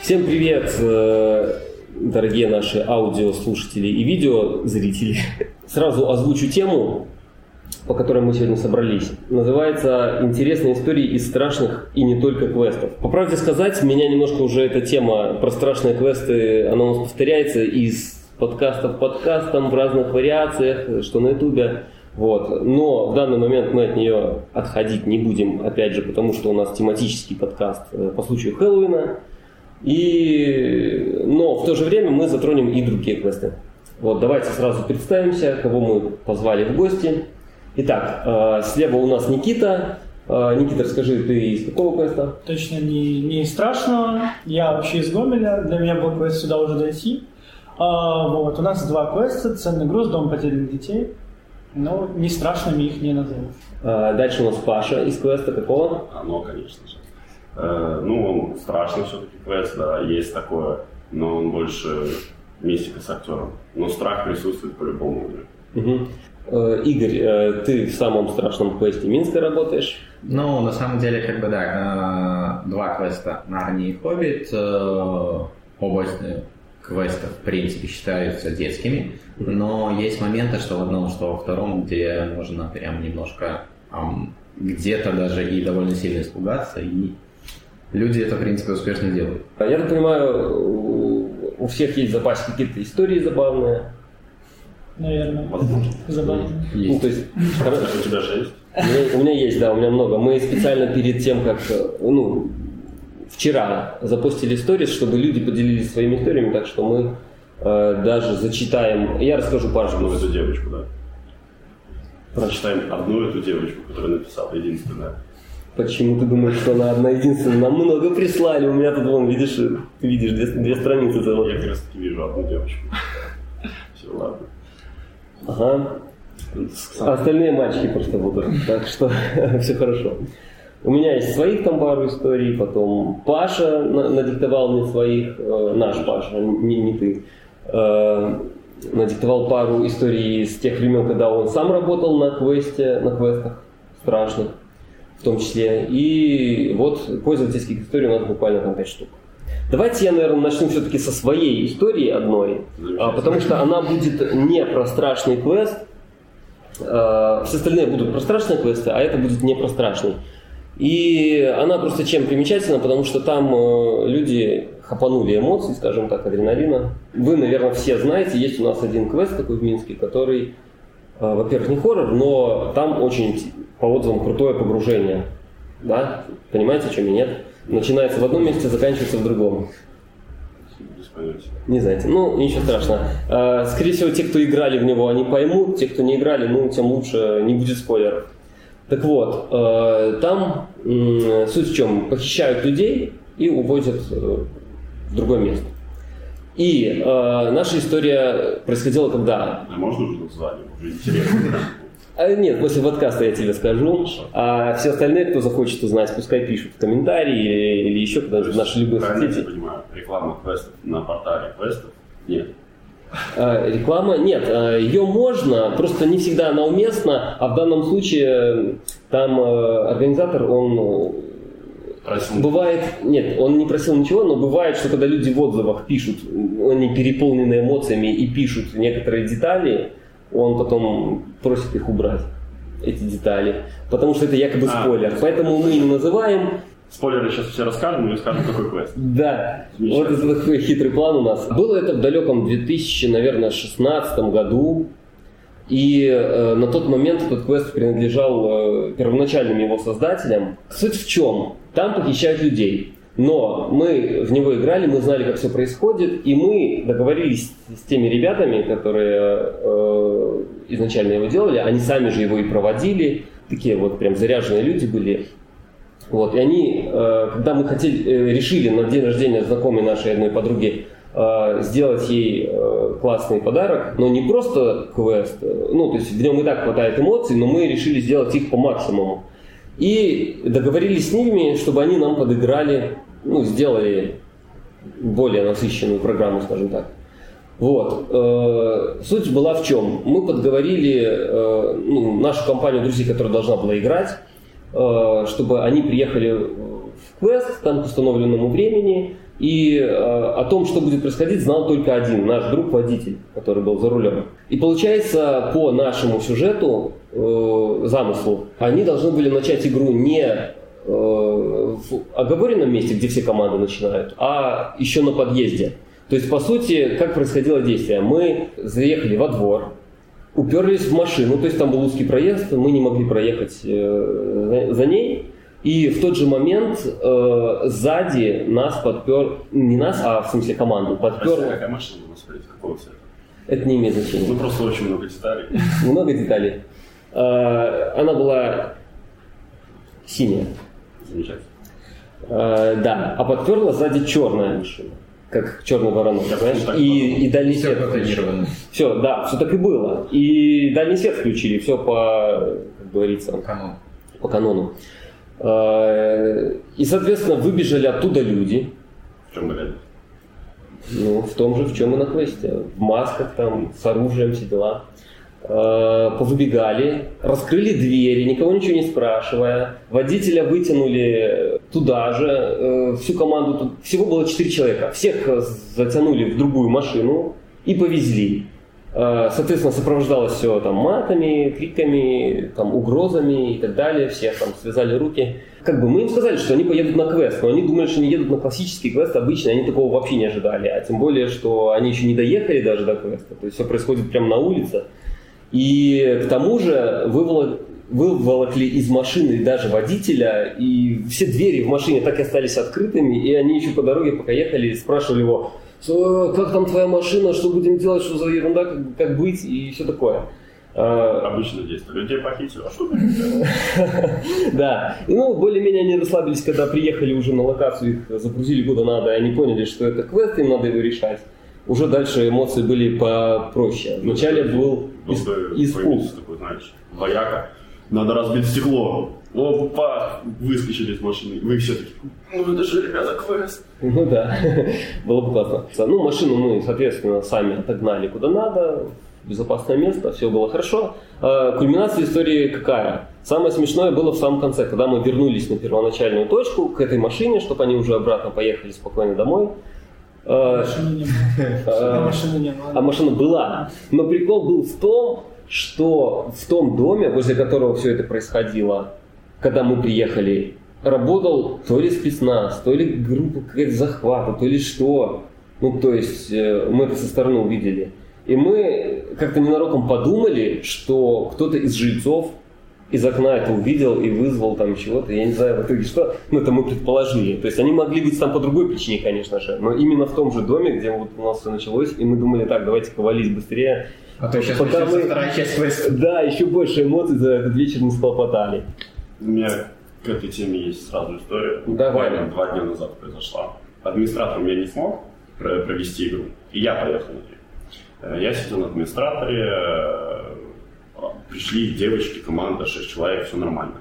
Всем привет, дорогие наши аудиослушатели и видеозрители. Сразу озвучу тему, по которой мы сегодня собрались. Называется «Интересные истории из страшных и не только квестов». По правде сказать, меня немножко уже эта тема про страшные квесты, она у нас повторяется из подкаста в подкастом в разных вариациях, что на ютубе. Вот. Но в данный момент мы от нее отходить не будем, опять же, потому что у нас тематический подкаст по случаю Хэллоуина. Но в то же время мы затронем и другие квесты. Вот, давайте сразу представимся, кого мы позвали в гости. Итак, слева у нас Никита. Никита, расскажи, ты из какого квеста? Точно не из страшного. Я вообще из Гомеля. Для меня был квест сюда уже дойти. Вот, у нас два квеста. Ценный груз, дом потерянных детей. Но не страшными их не назову. Дальше у нас Паша из квеста какого? Конечно же. Он страшный все-таки квест, да, есть такое, но он больше мистика с актером. Но страх присутствует по-любому. Угу. Игорь, ты в самом страшном квесте Минска работаешь? На самом деле, два квеста «Нарния» и «Хоббит». Оба квеста, в принципе, считаются детскими, но есть моменты, что в одном, что во втором, где можно прям немножко где-то даже и довольно сильно испугаться, и люди это, в принципе, успешно делают. Я так понимаю, у всех есть в запасе какие-то истории забавные? Наверное. Возможно. Забавные. То есть, у тебя же есть? У меня есть, да, у меня много. Мы специально перед тем, как, вчера запустили сторис, чтобы люди поделились своими историями, так что мы даже зачитаем. Я расскажу пару. Одну эту девочку, да. Прочитаем одну эту девочку, которая написала единственная. Почему ты думаешь, что она одна единственная? Нам много прислали. У меня тут, видишь, ты видишь две страницы целых. Я как раз таки вижу одну девочку. Все, ладно. Ага. А остальные мальчики просто будут. Так что все хорошо. У меня есть своих там пару историй, потом Паша надиктовал мне своих, наш Паша, не ты, надиктовал пару историй с тех времен, когда он сам работал на квестах страшных в том числе. И вот пользовательских историй у нас буквально там 5 штук. Давайте я, наверное, начну все-таки со своей истории одной, потому что она будет не про страшный квест, все остальные будут про страшные квесты, а это будет не про страшный. И она просто чем примечательна, потому что там люди хапанули эмоций, скажем так, адреналина. Вы, наверное, все знаете, есть у нас один квест такой в Минске, который, во-первых, не хоррор, но там очень, по отзывам, крутое погружение. Да? Понимаете, о чем и нет? Начинается в одном месте, заканчивается в другом. Не знаете. Ничего страшного. Скорее всего, те, кто играли в него, они поймут. Те, кто не играли, тем лучше, не будет спойлеров. Так вот, там суть в чем? Похищают людей и увозят в другое место. И наша история происходила когда? А можно уже название? Уже интересно. Нет, после подкаста я тебе скажу. А все остальные, кто захочет узнать, пускай пишут в комментарии или еще куда-нибудь в наши любые соцсети. Я понимаю, реклама квестов на портале квестов нет. Реклама? Нет, ее можно, просто не всегда она уместна, а в данном случае там организатор, он просил. Бывает, нет, он не просил ничего, но бывает, что когда люди в отзывах пишут, они переполнены эмоциями и пишут некоторые детали, он потом просит их убрать, эти детали, потому что это якобы спойлер, поэтому мы не называем. Спойлеры сейчас все расскажем, и скажем, какой квест. Да, вот это такой хитрый план у нас. Было это в далеком 2016 году, и на тот момент этот квест принадлежал первоначальным его создателям. Суть в чем? Там похищают людей, но мы в него играли, мы знали, как все происходит, и мы договорились с теми ребятами, которые изначально его делали, они сами же его и проводили, такие вот прям заряженные люди были. Вот, и они, когда мы решили на день рождения знакомой нашей одной подруги сделать ей классный подарок, но не просто квест, то есть в нем и так хватает эмоций, но мы решили сделать их по максимуму. И договорились с ними, чтобы они нам подыграли, сделали более насыщенную программу, скажем так. Вот. Суть была в чем? Мы подговорили нашу компанию друзей, которая должна была играть, чтобы они приехали в квест там к установленному времени, И о том, что будет происходить, знал только один, наш друг-водитель, который был за рулем. И получается, по нашему сюжету, замыслу, они должны были начать игру не в оговоренном месте, где все команды начинают, а еще на подъезде. То есть, по сути, как происходило действие? Мы заехали во двор, уперлись в машину, то есть там был узкий проезд, мы не могли проехать за ней. И в тот же момент сзади нас подпер, не нас, а в смысле команду, подпер... Какая машина у нас, какого цвета? Это не имеет значения. Ну просто очень много деталей. Много деталей. Она была синяя. Замечательно. Да, а подперла сзади черная машина. Как черный воронок, знаешь? И дальний свет включили. Все, да, все так и было. И дальний свет включили, все по, как говорится, по канону. И, соответственно, выбежали оттуда люди. В чем были? Ну, в том же, в чем и на квесте. В масках, там, с оружием, все дела. Повыбегали, раскрыли двери, никого ничего не спрашивая. Водителя вытянули туда же. Всю команду, всего было 4 человека. Всех затянули в другую машину и повезли. Соответственно, сопровождалось все там матами, криками, там, угрозами и так далее. Всех там связали руки. Как бы мы им сказали, что они поедут на квест, но они думали, что они едут на классический квест обычный, они такого вообще не ожидали. А тем более, что они еще не доехали даже до квеста. То есть все происходит прямо на улице. И к тому же выволокли из машины даже водителя, и все двери в машине так и остались открытыми, и они еще по дороге, пока ехали, спрашивали его: как там твоя машина, что будем делать, что за ерунда, как быть, и все такое. Обычно действие. Людей похитили, а что будем делать? Да. Ну, более-менее они расслабились, когда приехали уже на локацию, их загрузили куда надо, и они поняли, что это квест, им надо его решать. Уже дальше эмоции были попроще. Вначале был испуг. Такой, знаешь, вояка. Надо разбить стекло. Опа! Выскочили из машины. Вы все такие: ну это же, ребята, квест. Ну да, было бы классно. Ну, машину мы, соответственно, сами отогнали куда надо, в безопасное место, все было хорошо. Кульминация истории какая? Самое смешное было в самом конце, когда мы вернулись на первоначальную точку, к этой машине, чтобы они уже обратно поехали спокойно домой. Машины не было. А машина была. Но прикол был в том, что в том доме, возле которого все это происходило, когда мы приехали, работал то ли спецназ, то ли группа какая-то захвата, то ли что. Ну, то есть мы это со стороны увидели. И мы как-то ненароком подумали, что кто-то из жильцов из окна это увидел и вызвал там чего-то, я не знаю в итоге что, но это мы предположили. То есть они могли быть там по другой причине, конечно же, но именно в том же доме, где вот у нас все началось, и мы думали: так, давайте-ка валить быстрее. А то сейчас начнется вторая часть квеста. Да, еще больше эмоций за этот вечер не схлопотали. У меня к этой теме есть сразу история. Давай. 2 дня назад произошла. Администратором я не смог провести игру, и я поехал на нее. Я сидел на администраторе, пришли девочки, команда, 6 человек, все нормально.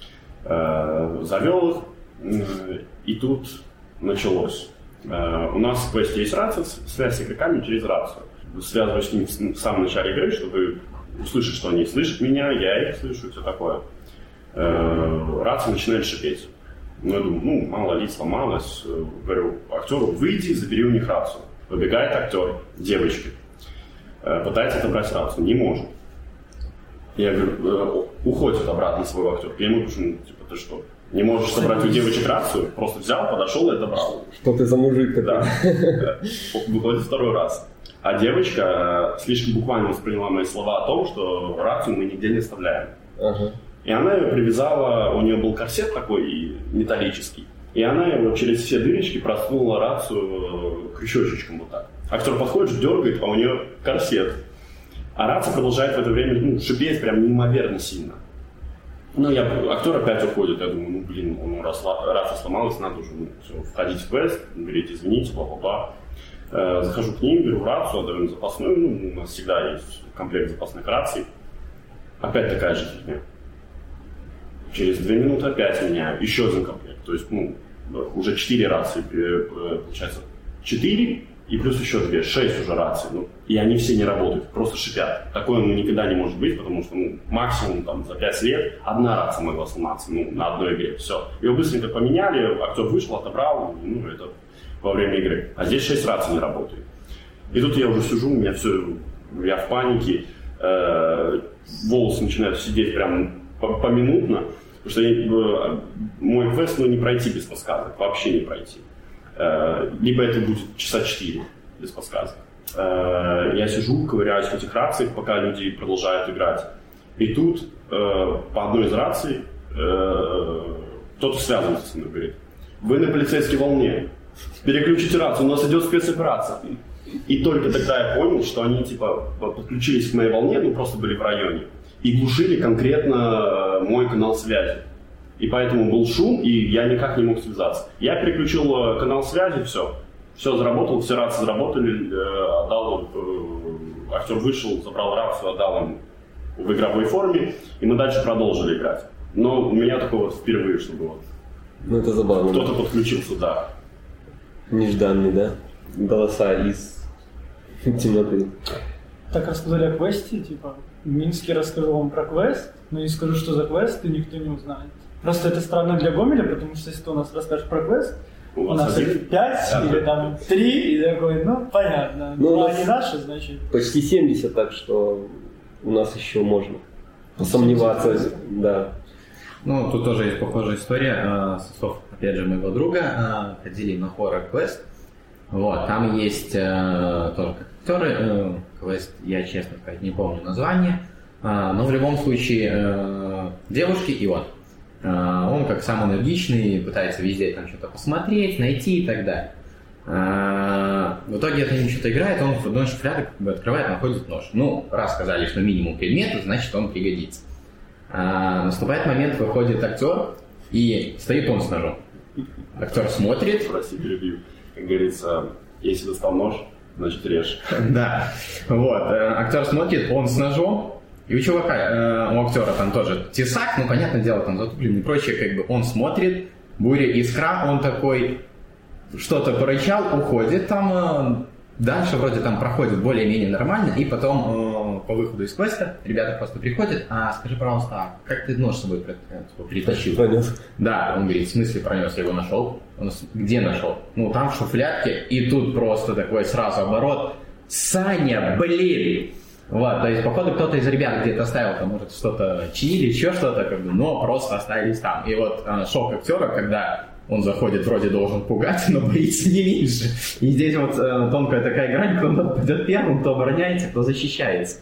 Завел их, и тут началось. У нас в квесте есть рация, связь с игроками через рацию. Связываюсь с ними в самом начале игры, чтобы услышать, что они слышат меня, я их слышу, все такое. Рация начинает шипеть. Ну, я думаю, мало ли, сломалась. Говорю актеру: выйди, забери у них рацию. Выбегает актер, девочки. Пытается отобрать рацию, не может. Я говорю: уходит обратно свой актер. Я ему говорю: типа, ты что, не можешь собрать у девочек рацию? Просто взял, подошел и отобрал. Что ты за мужик-то? Да. Выходит второй раз. А девочка слишком буквально восприняла мои слова о том, что рацию мы нигде не оставляем. Ага. И она ее привязала, у нее был корсет такой металлический, и она его через все дырочки просунула рацию крючочком вот так. Актер подходит, дергает, а у нее корсет. А рация продолжает в это время шипеть прям неимоверно сильно. Актер опять уходит. Я думаю, рация сломалась, надо уже входить в квест, говорить: извините, бла-бла-бла. Захожу к ним, беру рацию, отдаю запасную. У нас всегда есть комплект запасных раций. Опять такая же фигня. Через 2 минуты опять меняю. Еще один комплект. То есть, уже 4 рации, получается, 4 и плюс еще 2, 6 уже раций. И они все не работают, просто шипят. Такое никогда не может быть, потому что максимум за 5 лет одна рация могла сломаться на одной игре. Все. Ее быстренько поменяли, актер вышел, отобрал. Это во время игры. А здесь 6 раций не работает. И тут я уже сижу, у меня все, я в панике, волосы начинают сидеть прям поминутно, потому что мой квест не пройти без подсказок, вообще не пройти. Либо это будет часа 4 без подсказок. Я сижу, ковыряюсь в этих рациях, пока люди продолжают играть. И тут по одной из раций кто-то связывается со мной, говорит: вы на полицейской волне, переключите рацию, у нас идет спецоперация. И только тогда я понял, что они подключились к моей волне, просто были в районе, и глушили конкретно мой канал связи. И поэтому был шум, и я никак не мог связаться. Я переключил канал связи, все заработало, все рации заработали, отдал, актер вышел, забрал рацию, отдал им в игровой форме, и мы дальше продолжили играть. Но у меня такого впервые, чтобы это забавно. Кто-то подключился, да. Нежданный, да? Голоса из темноты. Так рассказали о квесте, в Минске расскажу вам про квест, но не скажу, что за квест, и никто не узнает. Просто это странно для Гомеля, потому что если ты у нас расскажешь про квест, у нас их 5 или 3, и такой, понятно. Они наши, значит. Почти 70, так что у нас еще можно посомневаться. Да. Тут тоже есть похожая история. Со слов, опять же, моего друга, ходили на хоррор-квест. Там есть тоже актеры. Квест, я, честно сказать, не помню название. Но в любом случае девушки, и он как самый энергичный, пытается везде там что-то посмотреть, найти и так далее. В итоге это не что-то играет, он в одной шуфляде открывает, находит нож. Раз сказали, что минимум предмет, значит он пригодится. Наступает момент, выходит актер, и стоит он с ножом. Актер смотрит. Прости, перебью. Как говорится, если достал нож, значит режь. Да. Актер смотрит, он с ножом. И у чувака, у актера там тоже тесак, понятное дело, там затупленный и прочее, он смотрит, буря, искра, он такой, что-то порычал, уходит там, дальше вроде там проходит более-менее нормально, и потом по выходу из квеста ребята просто приходят: скажи, пожалуйста, как ты нож с собой притащил? Пронес. Да, он говорит: в смысле пронес, я его нашел. Он: где нашел? Там в шуфлядке, и тут просто такой сразу оборот: Саня, блин! То есть, походу, кто-то из ребят где-то оставил, там, может, что-то чинили, еще что-то, но просто остались там. И шок актера, когда он заходит, вроде должен пугать, но боится не меньше. И здесь тонкая такая грань, кто пойдет первым, кто обороняется, кто защищается.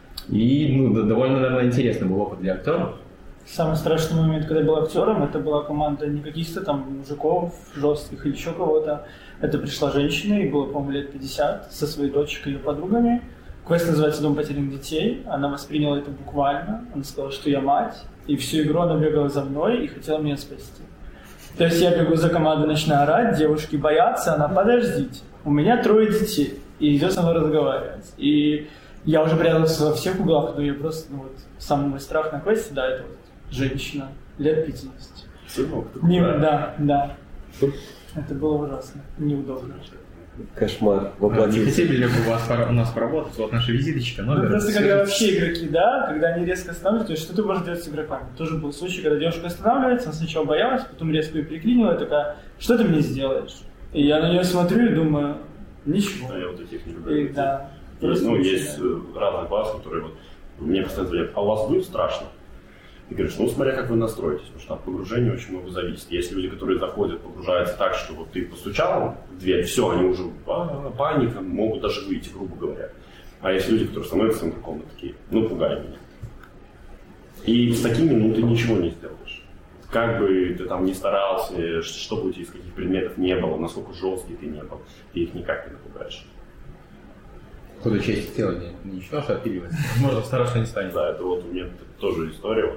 И, довольно, наверное, интересный был опыт для актера. Самый страшный момент, когда я был актером, это была команда не каких-то там мужиков жестких или еще кого-то. Это пришла женщина, ей было, по-моему, лет 50, со своей дочкой и ее подругами. Квест называется «Дом потерянных детей». Она восприняла это буквально. Она сказала, что я мать. И всю игру она бегала за мной и хотела меня спасти. То есть я бегу за командой, начинаю орать, девушки боятся, она: подождите, у меня 3 детей. И идет со мной разговаривать. И я уже прятался во всех углах, но я просто, самый мой страх на квесте, да, это женщина лет 50. Сынок, да. Это было ужасно, неудобно. Кошмар. Не хотели ли бы у нас поработать? Наша визиточка, номер. Просто когда вообще игроки, когда они резко останавливаются, то есть что ты можешь делать с игроками? Тоже был случай, когда девушка останавливается, она сначала боялась, потом резко ее переклинила и такая: что ты мне сделаешь? И я на нее смотрю и думаю: ничего. Я таких не люблю. Да. Есть разные классы, которые мне постоянно говорят: а у вас будет страшно? Ты говоришь: смотря как вы настроитесь, потому что от погружения очень много зависит. Есть люди, которые заходят, погружаются так, что ты постучал в дверь, все, они уже паника, могут даже выйти, грубо говоря. А есть люди, которые становятся в центре комнаты, такие: пугай меня. И с такими, ты ничего не сделаешь. Как бы ты там ни старался, что бы у тебя из каких предметов не было, насколько жесткий ты не был, ты их никак не напугаешь. Куда честь тела не начнешь отпиливать, можно страшно не станет. Да, это у меня тоже история.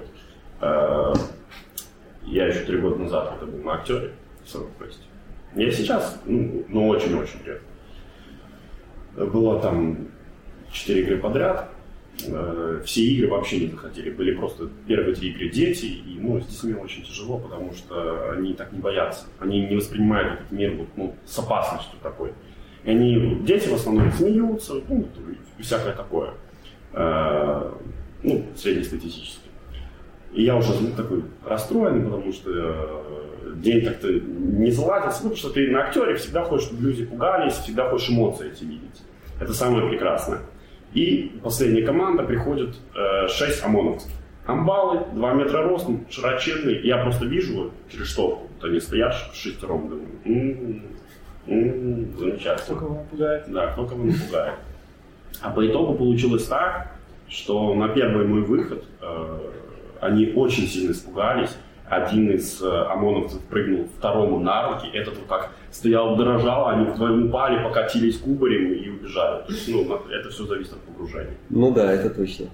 Я еще 3 года назад был на актере в своем квесте. Я сейчас, очень-очень редко. Было там 4 игры подряд. Все игры вообще не заходили. Были просто первые 3 игры дети. И с детьми очень тяжело, потому что они так не боятся. Они не воспринимают этот мир с опасностью такой. И дети в основном смеются, и всякое такое. Среднестатистически. И я уже такой расстроенный, потому что день как-то не заладился. Потому что ты на актере всегда хочешь, чтобы люди пугались, всегда хочешь эмоции эти видеть. Это самое прекрасное. И последняя команда, приходит 6 ОМОНовцев. Амбалы, 2 метра ростом, широченные. Я просто вижу через штовку, вот они стоят шестером, думаю, замечательно. Кто кого напугает. Да, кто кого напугает. А по итогу получилось так, что на первый мой выход они очень сильно испугались. Один из ОМОНовцев прыгнул второму на руки. Этот вот так стоял, дрожал, они вдвоем упали, покатились кубарем и убежали. То есть, это все зависит от погружения. Ну да, это точно.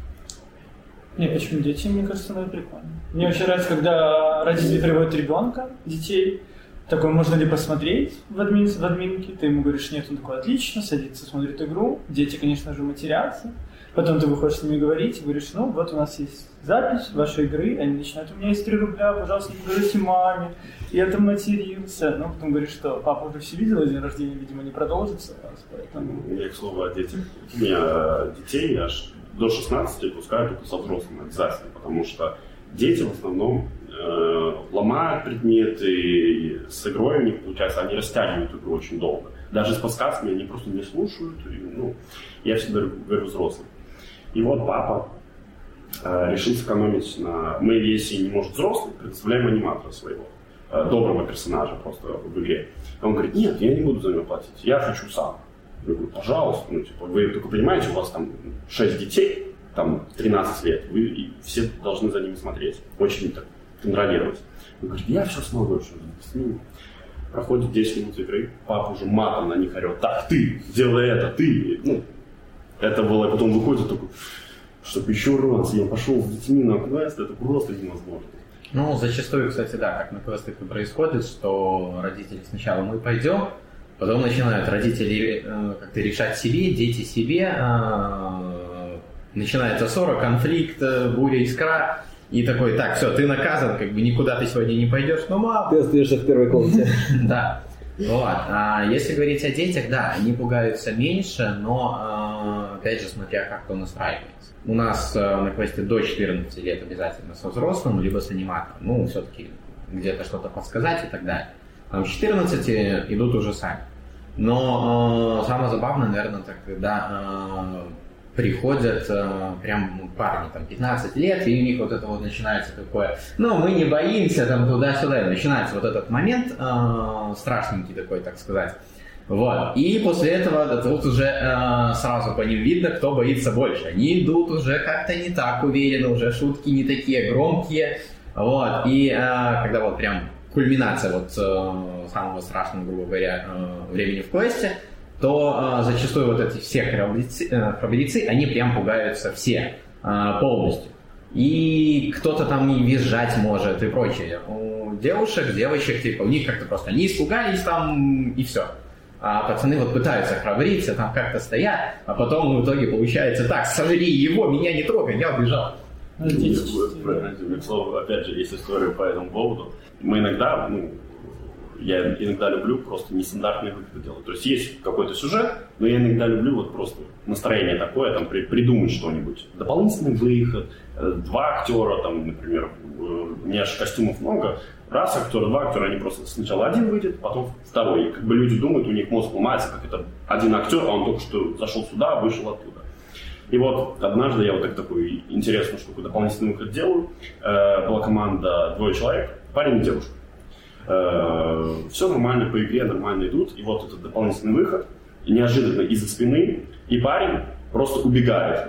Не, почему дети, мне кажется, это прикольно. Мне очень нравится, когда родители приводят ребенка, детей, такой, можно ли посмотреть в админке, ты ему говоришь, нет, он такой, отлично, садится, смотрит игру, дети, конечно же, матерятся, потом ты выходишь с ними говорить и говоришь, ну, вот у нас есть запись вашей игры, они начинают, у меня есть 3 рубля, пожалуйста, не говорите маме, я там матерился, но потом говоришь, что папа уже все видел, день рождения, видимо, не продолжится у вас, поэтому... Я, к слову, о детях. У меня детей аж до 16 пускают только со взрослым обязательно, потому что дети в основном ломают предметы, и с игрой у них, получается, они растягивают игру очень долго. Даже с подсказками они просто не слушают, и, я всегда говорю взрослым. И вот папа решил сэкономить на... Мы, если не может взрослый, предоставляем аниматора своего, доброго персонажа просто в игре. Он говорит, нет, я не буду за него платить, я хочу сам. Я говорю, пожалуйста, вы только понимаете, у вас там 6 детей, там 13 лет, вы все должны за ними смотреть, очень так контролировать. Он говорит, я все смогу, проходит 10 минут игры, папа уже матом на них орет, так, ты, делай это, ты. Это было, потом выходит такой, чтобы еще раз я пошел с детьми на квест, это просто невозможно. Ну, зачастую, кстати, да, как на квестах и происходит, что родители сначала мы пойдем, потом начинают родители как-то решать себе, дети себе, начинается ссора, конфликт, буря, искра, и такой, так, все, ты наказан, как бы никуда ты сегодня не пойдешь, но мам... Ты остаешься в первой комнате. Да. Вот. А если говорить о детях, да, они пугаются меньше, но, опять же, смотря как кто настраивается. У нас на квесте до 14 лет обязательно со взрослым, либо с аниматором. Ну, все-таки где-то что-то подсказать и так далее. Там 14 идут уже сами. Но самое забавное, наверное, так, когда приходят прям парни, там, 15 лет, и у них вот это вот начинается такое, мы не боимся, там, туда-сюда, и начинается вот этот момент страшненький такой, так сказать. Вот. И после этого тут уже сразу по ним видно, кто боится больше. Они идут уже как-то не так уверенно, уже шутки не такие громкие. Вот. И когда вот прям кульминация вот самого страшного, грубо говоря, времени в квесте, то зачастую вот эти все храбрецы, они прям пугаются все полностью. И кто-то там и визжать может и прочее. У девочек, типа, у них как-то просто они испугались там и все. А пацаны вот пытаются храбриться, там как-то стоят, а потом в итоге получается так, сожри его, меня не трогай, я убежал. К слову, опять же, есть история по этому поводу. Мы иногда, я иногда люблю просто нестандартные выходы делать. То есть есть какой-то сюжет, но я иногда люблю вот просто настроение такое, там, придумать что-нибудь. Дополнительный выход, 2 актера, там, например, у меня же костюмов много, раз актер, 2 актера, они просто сначала один выйдет, потом второй. И как бы люди думают, у них мозг ломается, как это один актер, а он только что зашел сюда, вышел оттуда. И вот однажды я вот такую интересную штуку, дополнительный выход делаю. Была команда 2 человек, парень и девушка. Все нормально по игре, нормально идут. И вот этот дополнительный выход, и неожиданно из-за спины, и парень просто убегает.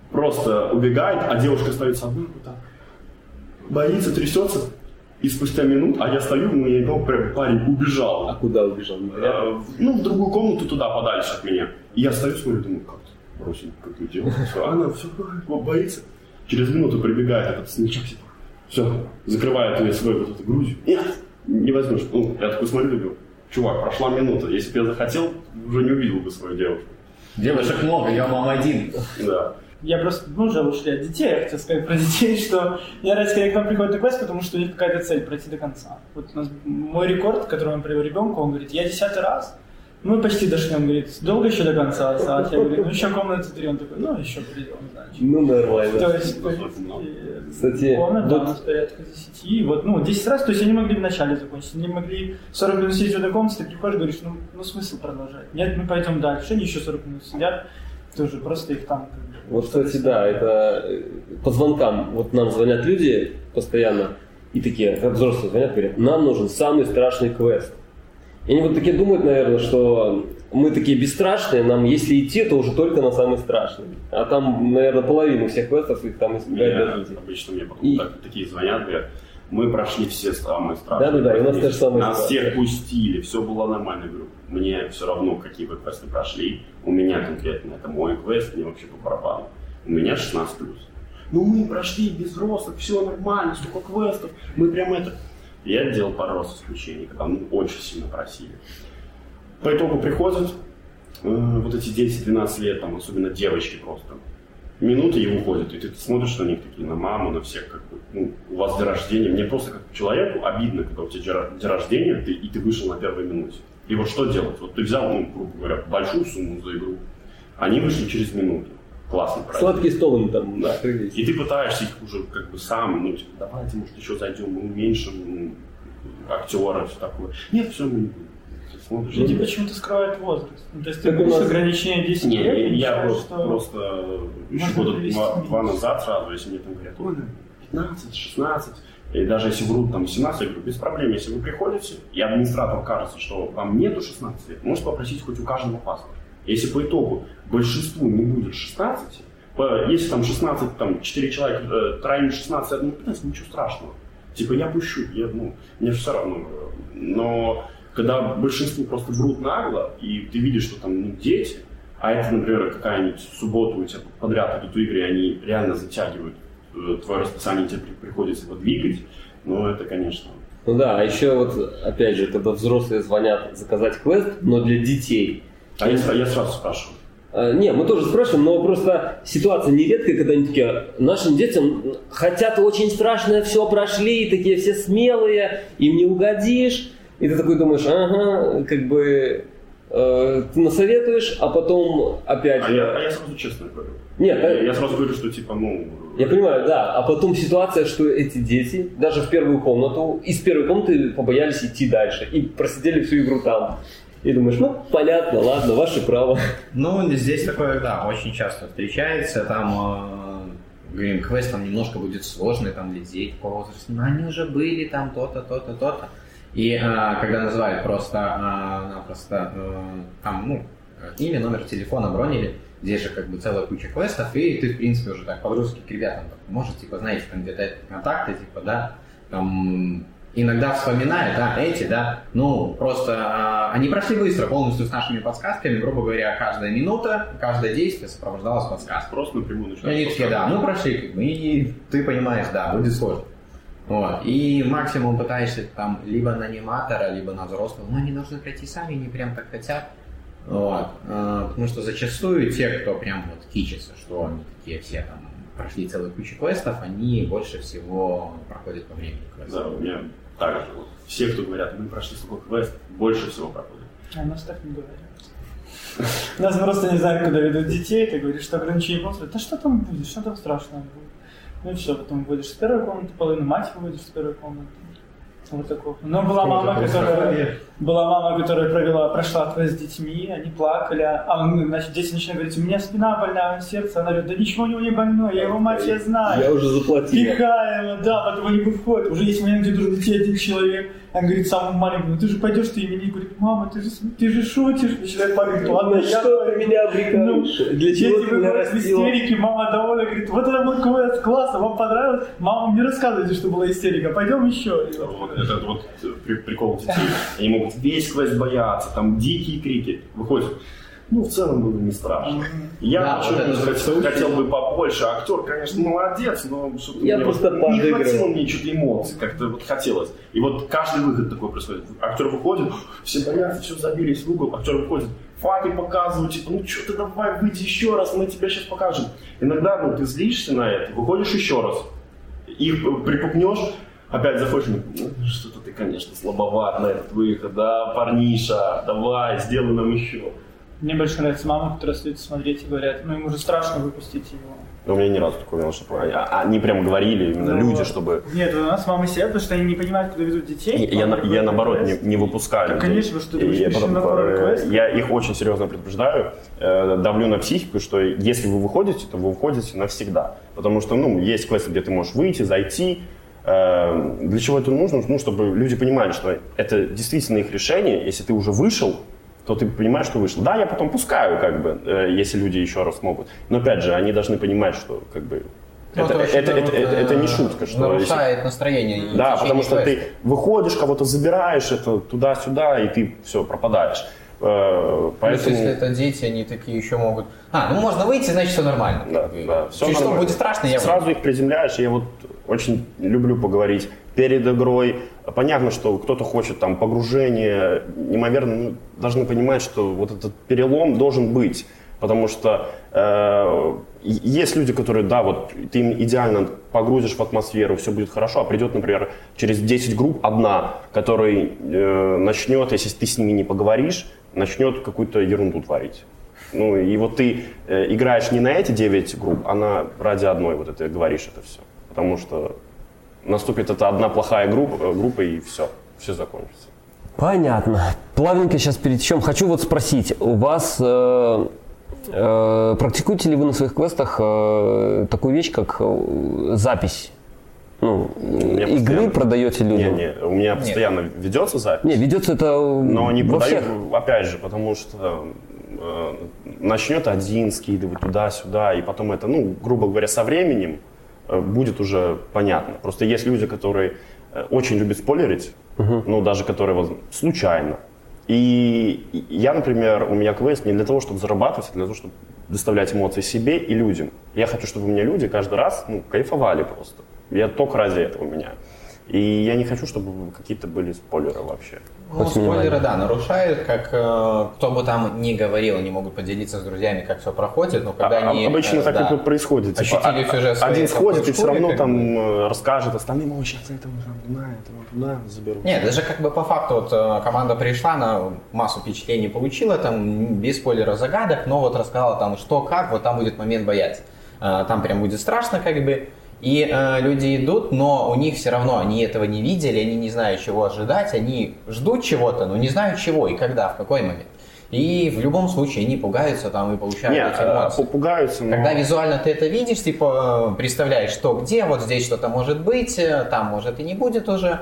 А девушка остается одна, вот так. Боится, трясется. И спустя минут, а я стою, парень убежал. А куда убежал? В другую комнату, туда, подальше от меня. И я стою, смотрю, думаю, как бросить какую девушку. Она все боится. Через минуту прибегает этот смельчак, все, закрывает ее свою вот эту грудь. Нет, не возьмешь. Я такой смотрю, говорю, чувак, прошла минута. Если бы я захотел, уже не увидел бы свою девушку. Девушек много, я мам один. Да. Я просто, уже ушли от детей, я хотел сказать про детей, что мне нравится, когда к нам приходит на квест, потому что у них какая-то цель пройти до конца. Вот у нас мой рекорд, который он привел ребенку, он говорит, я 10-й раз Мы почти дошли, он говорит, долго еще до конца осталось? Я говорю, ну еще комната 3, он такой, ну еще придем, значит. Ну, нормально. То есть, кстати, комната у нас порядка 10, и вот, ну, 10 раз, то есть они могли в начале закончить, они могли 40 минут сидеть в этой комнате, ты приходишь, говоришь, ну смысл продолжать? Нет, мы пойдем дальше, они еще 40 минут сидят, тоже просто их там... Вот, кстати, да, это по звонкам, вот нам звонят люди постоянно, и такие, как взрослые звонят, говорят, нам нужен самый страшный квест. И они вот такие думают, наверное, что мы такие бесстрашные, нам если идти, то уже только на самый страшный. А там, наверное, половину всех квестов их там испугать даже. Обычно мне потом такие звонят, говорят, мы прошли все самые страшные. Да-да-да, и у нас тоже самые Нас всех пустили, все было нормально. Я говорю, мне все равно, какие вы квесты прошли. У меня конкретно, это мой квест, мне вообще по барабану. У меня 16+. Ну мы прошли без взрослых, все нормально, столько квестов. Мы прям это... Я делал пару раз исключений, когда очень сильно просили. По итогу приходят вот эти 10-12 лет, там, особенно девочки просто. Минуты и уходят, и ты смотришь на них такие, на маму, на всех, как бы, ну, у вас день рождения. Мне просто как человеку обидно, когда у тебя день рождения, и ты вышел на первой минуте. И вот что делать? Вот ты взял, ну, грубо говоря, большую сумму за игру, они вышли через минуту. Классный праздник. Сладкий стол им там накрылись. И ты пытаешься их уже как бы сам, ну, типа, давайте, может, еще зайдем, мы уменьшим актера, все такое. Нет, все, мы не будем. Смотришь, люди почему-то скрывают возраст. Ну, то есть ты будешь ограничение 10 лет? Не, я просто еще года два назад сразу, если мне там говорят, ой, 15, 16, и даже если врут там 17, я говорю, без проблем, если вы приходите, и администратору кажется, что вам нету 16 лет, можете попросить хоть у каждого паспорт. Если по итогу большинству не будет 16, если там 16, там 4 человека, тройне 16, одну 15, ничего страшного. Типа я пущу, мне все равно. Но когда большинству просто врут нагло, и ты видишь, что там дети, а это, например, какая-нибудь суббота у тебя подряд идут игры, и они реально затягивают твое расписание, тебе приходится его двигать, ну это, конечно... Ну да, а еще вот, опять же, когда взрослые звонят заказать квест, но для детей... А я сразу спрашиваю. Не, мы тоже спрашиваем, но просто ситуация нередкая, когда они такие, нашим детям хотят очень страшное, все прошли, такие все смелые, им не угодишь. И ты такой думаешь, ага, как бы ты насоветуешь, а потом опять же... я сразу честно говорю. Нет, я сразу говорю, что типа, Я понимаю, да. А потом ситуация, что эти дети даже в первую комнату, из первой комнаты побоялись идти дальше и просидели всю игру там. И думаешь, понятно, ладно, ваше право. Ну, здесь такое, да, очень часто встречается. Там, говорим, квест там немножко будет сложный там для детей по возрасту. Но они уже были там то-то, то-то, то-то. И когда называют просто там, имя, номер телефона, бронили, здесь же как бы целая куча квестов, и ты, в принципе, уже так по-дружески к ребятам можешь, типа, знаете, там где-то контакты, типа, да, там... Иногда вспоминают, эти, просто они прошли быстро, полностью с нашими подсказками, грубо говоря, каждая минута, каждое действие сопровождалось подсказкой. Просто напрямую начинают. Они такие, да, мы прошли, и ты понимаешь, да, будет сложно. Вот. И максимум пытаешься там либо на аниматора, либо на взрослого, но они должны пройти сами, не прям так хотят. Вот. Потому что зачастую те, кто прям вот кичится, что они такие все там прошли целую кучу квестов, они больше всего проходят по времени квестов. Да, у меня так же. Вот. Все, кто говорят, мы прошли столько квестов, больше всего проходят. А у нас так не говорят. У нас просто не знают, куда ведут детей, ты говоришь, что ограничение полностью. Да что там будет, что там страшного будет? Ну и все, потом выйдешь с первой комнаты, половину мать выйдешь с первой комнаты. Вот такого. Но была мама, которая прошла квест с детьми, они плакали, значит, дети начинают говорить, у меня спина больная, сердце, она говорит, да ничего у него не больное, я его мать, я знаю. Я уже заплатил. Пихаем, да, потом они выходят, уже есть момент, где друг детей один человек, он говорит самому маленькому, ты же пойдешь, ты имени, говорит, мама, ты же шутишь, начинает плакать, ладно, что ты меня обрекаешь, для чего ты меня растила? В истерике, мама довольна, говорит, вот это был квест, классно, вам понравилось, мама, не рассказывайте, что была истерика, пойдем еще. Это вот прикол детей. Они могут весь квест бояться, там дикие крики. Выходят, в целом было не страшно. Я хотел бы побольше. Актер, конечно, молодец, но я просто не хватило мне чуть эмоций, как-то вот хотелось. И вот каждый выход такой происходит. Актер выходит, все боятся, все забились в угол. Актер выходит, факи показывают, типа, что ты давай, выйди еще раз, мы тебе сейчас покажем. Иногда, ты злишься на это, выходишь еще раз, их припугнешь. Опять заходишь, ну, что-то ты, конечно, слабоват на этот выход, да, парниша, давай, сделай нам еще. Мне больше нравятся мамы, которые остаются смотреть и говорят, ну им уже страшно выпустить его. Но у меня ни разу такого не было, чтобы они прям говорили, именно люди, чтобы... Нет, у нас мамы сидят, потому что они не понимают, куда ведут детей. Я наоборот, не выпускаю людей. Конечно, что ты будешь на хоррор-квест. Я их очень серьезно предупреждаю, давлю на психику, что если вы выходите, то вы выходите навсегда. Потому что, есть квесты, где ты можешь выйти, зайти. Для чего это нужно? Ну, чтобы люди понимали, что это действительно их решение. Если ты уже вышел, то ты понимаешь, что вышел. Да, я потом пускаю, если люди еще раз могут. Но опять же, они должны понимать, что это не шутка. Что нарушает настроение. Да, потому что ты выходишь, кого-то забираешь, это туда-сюда, и ты все, пропадаешь. Поэтому... Если это дети, они такие еще могут... можно выйти, значит все нормально. Да, все нормально. Что будет страшно, я сразу их приземляешь. Я очень люблю поговорить перед игрой. Понятно, что кто-то хочет там погружения, неимоверно, должны понимать, что вот этот перелом должен быть. Потому что есть люди, которые, ты им идеально погрузишь в атмосферу, все будет хорошо, а придет, например, через 10 групп одна, который начнет, если ты с ними не поговоришь, начнет какую-то ерунду творить. И ты играешь не на эти 9 групп, а ради одной ты говоришь это все. Потому что наступит эта одна плохая группа и все закончится. Понятно. Плавненько сейчас перейдем. Хочу спросить, у вас практикуете ли вы на своих квестах такую вещь, как запись? Игры продаете людям? Не, у меня постоянно ведется запись. Не, ведется это но не во продаю, всех. Опять же, потому что начнет один скидывать туда-сюда, и потом это, грубо говоря, со временем будет уже понятно. Просто есть люди, которые очень любят спойлерить, даже которые случайно. И я, например, у меня квест не для того, чтобы зарабатывать, а для того, чтобы доставлять эмоции себе и людям. Я хочу, чтобы у меня люди каждый раз кайфовали просто. Я только ради этого меняю. И я не хочу, чтобы какие-то были спойлеры вообще. Спойлеры, нарушают, как кто бы там ни говорил, они могут поделиться с друзьями, как все проходит, но когда они... Обычно так и происходит. Ощутили сюжет один сходит и все равно там расскажет, остальным, сейчас это туда заберут. Нет, даже по факту команда пришла, она массу впечатлений получила, там без спойлеров, загадок, но рассказала там что, как, там будет момент бояться. Там прям будет страшно И люди идут, но у них все равно, они этого не видели, они не знают, чего ожидать, они ждут чего-то, но не знают чего и когда, в какой момент. И в любом случае они пугаются и получают эти эмоции. Пугаются, но... Когда визуально ты это видишь, представляешь, что где, здесь что-то может быть, там может и не будет уже.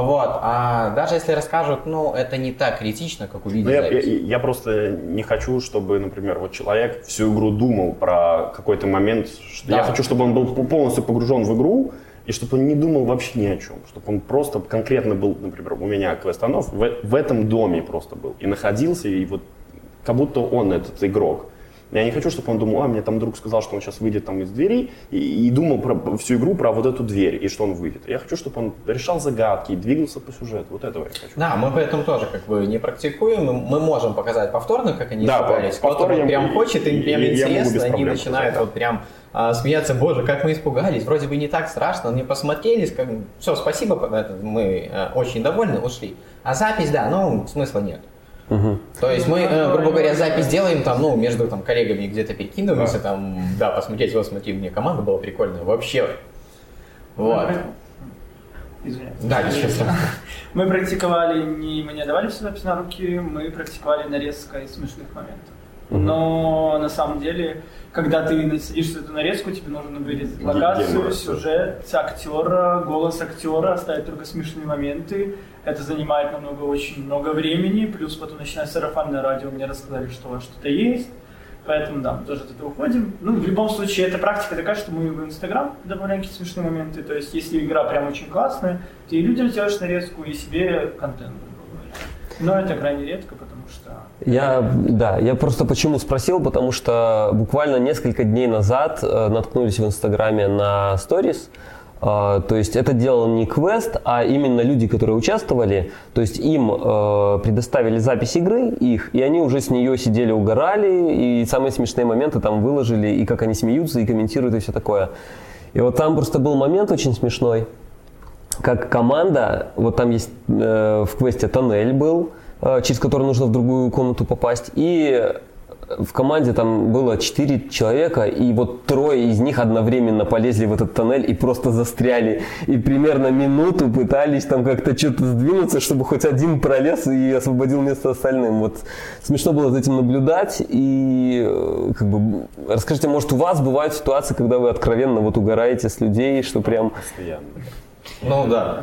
А даже если расскажут, это не так критично, как увидеть. Я просто не хочу, чтобы, например, человек всю игру думал про какой-то момент. Я хочу, чтобы он был полностью погружен в игру, и чтобы он не думал вообще ни о чем. Чтобы он просто конкретно был, например, у меня квестанов в этом доме просто был. И находился, и как будто он этот игрок. Я не хочу, чтобы он думал, мне там друг сказал, что он сейчас выйдет из двери, и думал всю игру про эту дверь, и что он выйдет. Я хочу, чтобы он решал загадки, двигался по сюжету. Этого я хочу. Да, мы поэтому тоже не практикуем. Мы можем показать повторно, как они испугались. Кто-то прям хочет, им прям интересно, они начинают прям смеяться, боже, как мы испугались, вроде бы не так страшно, они посмотрели, все, спасибо, мы очень довольны, ушли. А запись, смысла нет. То есть мы, грубо говоря, запись делаем между коллегами где-то перекидываемся, посмотреть, смотри, у меня команда была прикольная, вообще. Извиняюсь. Да, ничего страшного. Мы практиковали, мы не отдавали всю запись на руки, мы практиковали нарезка из смешных моментов. Но на самом деле, когда ты садишься эту нарезку, тебе нужно вырезать локацию, сюжет, актера, голос актера, оставить только смешные моменты. Это занимает очень много времени, плюс потом начиная сарафанное радио, мне рассказали, что у вас что-то есть. Поэтому, тоже от этого уходим. В любом случае, эта практика такая, что мы в Инстаграм добавляем какие-то смешные моменты. То есть, если игра прям очень классная, ты и людям делаешь нарезку, и себе контент. Но это крайне редко, потому что... Я просто почему спросил, потому что буквально несколько дней назад наткнулись в Инстаграме на сторис. То есть это делал не квест, а именно люди, которые участвовали. То есть им предоставили запись игры их, и они уже с нее сидели, угорали, и самые смешные моменты там выложили, и как они смеются, и комментируют, и все такое. И там просто был момент очень смешной. как команда, вот там есть в квесте тоннель был, через который нужно в другую комнату попасть, и в команде там было 4 человека, и вот 3 из них одновременно полезли в этот тоннель и просто застряли. И примерно минуту пытались там как-то что-то сдвинуться, чтобы хоть один пролез и освободил место остальным. Вот смешно было за этим наблюдать. И как бы расскажите, может, у вас бывают ситуации, когда вы откровенно вот угораете с людей, что прям... Постоянно. Ну да.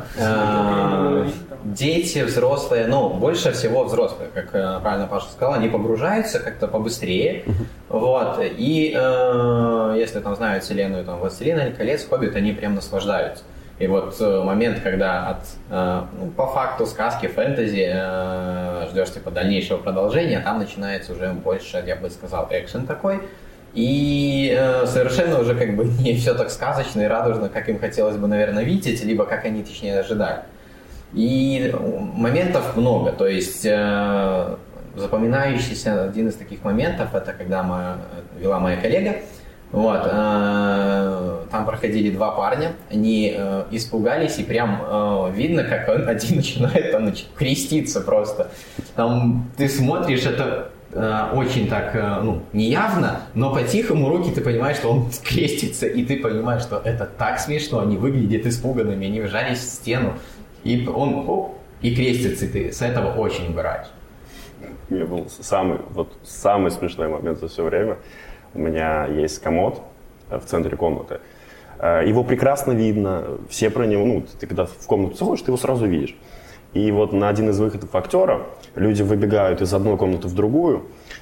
Дети, взрослые, ну, больше всего взрослые, как правильно Паша сказал, они погружаются как-то побыстрее. Вот. И если там знают вселенную там, «Властелина колец», «Хоббит», они прям наслаждаются. И вот момент, когда по факту сказки, фэнтези ждешь типа дальнейшего продолжения, там начинается уже больше, я бы сказал, экшен такой. И совершенно уже как бы не все так сказочно и радужно, как им хотелось бы, наверное, видеть, либо как они, точнее, ожидали. И моментов много, то есть запоминающийся один из таких моментов, это когда вела моя коллега, вот, там проходили 2 парня, они испугались, и прям видно, как один начинает там креститься просто. Там ты смотришь, это... очень так, неявно, но по-тихому руки ты понимаешь, что он крестится, и ты понимаешь, что это так смешно, они выглядят испуганными, они вжались в стену, и он и крестится, и ты с этого очень угораешь. У меня был самый смешной момент за все время. У меня есть комод в центре комнаты. Его прекрасно видно, все про него, ты когда в комнату заходишь, ты его сразу видишь. И вот на один из выходов актера люди выбегают из одной комнаты в другую,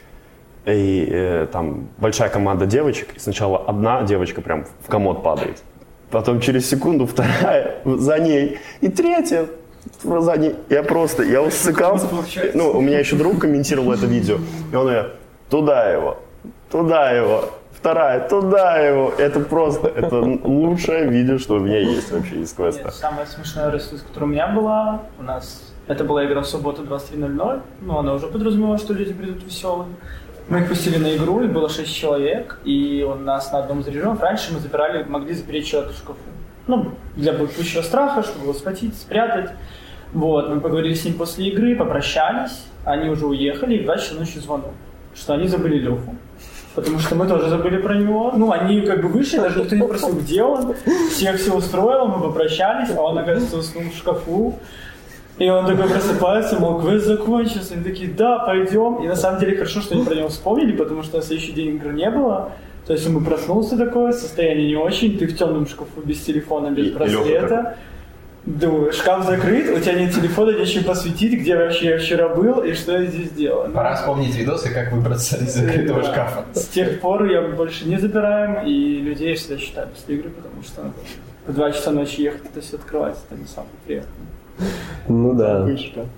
и там большая команда девочек, и сначала одна девочка прям в комод падает, потом через секунду 2 за ней, и 3 за ней. Я усыкался. У меня еще друг комментировал это видео, и он говорит: туда его, 2, туда его. Это лучшее видео, что у меня есть вообще из квеста. Нет, самое смешное, которое у меня была, это была игра в субботу 23:00, но она уже подразумевала, что люди придут веселые. Мы их пустили на игру, их было 6 человек, и у нас на одном из режимов раньше мы могли запереть человека в шкафу. Для пущего страха, чтобы его схватить, спрятать. Вот, мы поговорили с ним после игры, попрощались, они уже уехали, и в 2 часа ночи звонок, что они забыли Леху. Потому что мы тоже забыли про него. Они как бы вышли, даже никто не спросил, где он. Всех все устроило, мы попрощались, а он, оказывается, уснул в шкафу. И он такой просыпается, мол, квест закончился. И они такие: да, пойдем. И на самом деле хорошо, что они про него вспомнили, потому что на следующий день игры не было. То есть он проснулся такое, состояние не очень, ты в темном шкафу без телефона, без браслета. Думаю, шкаф закрыт, у тебя нет телефона, нечем посветить, где вообще я вчера был и что я здесь делал. Пора вспомнить видосы, как выбраться из закрытого шкафа. С тех пор я больше не забираем, и людей всегда считаю после игры, потому что в 2 часа ночи ехать, то есть открывается, это не самое приятное. Ну да.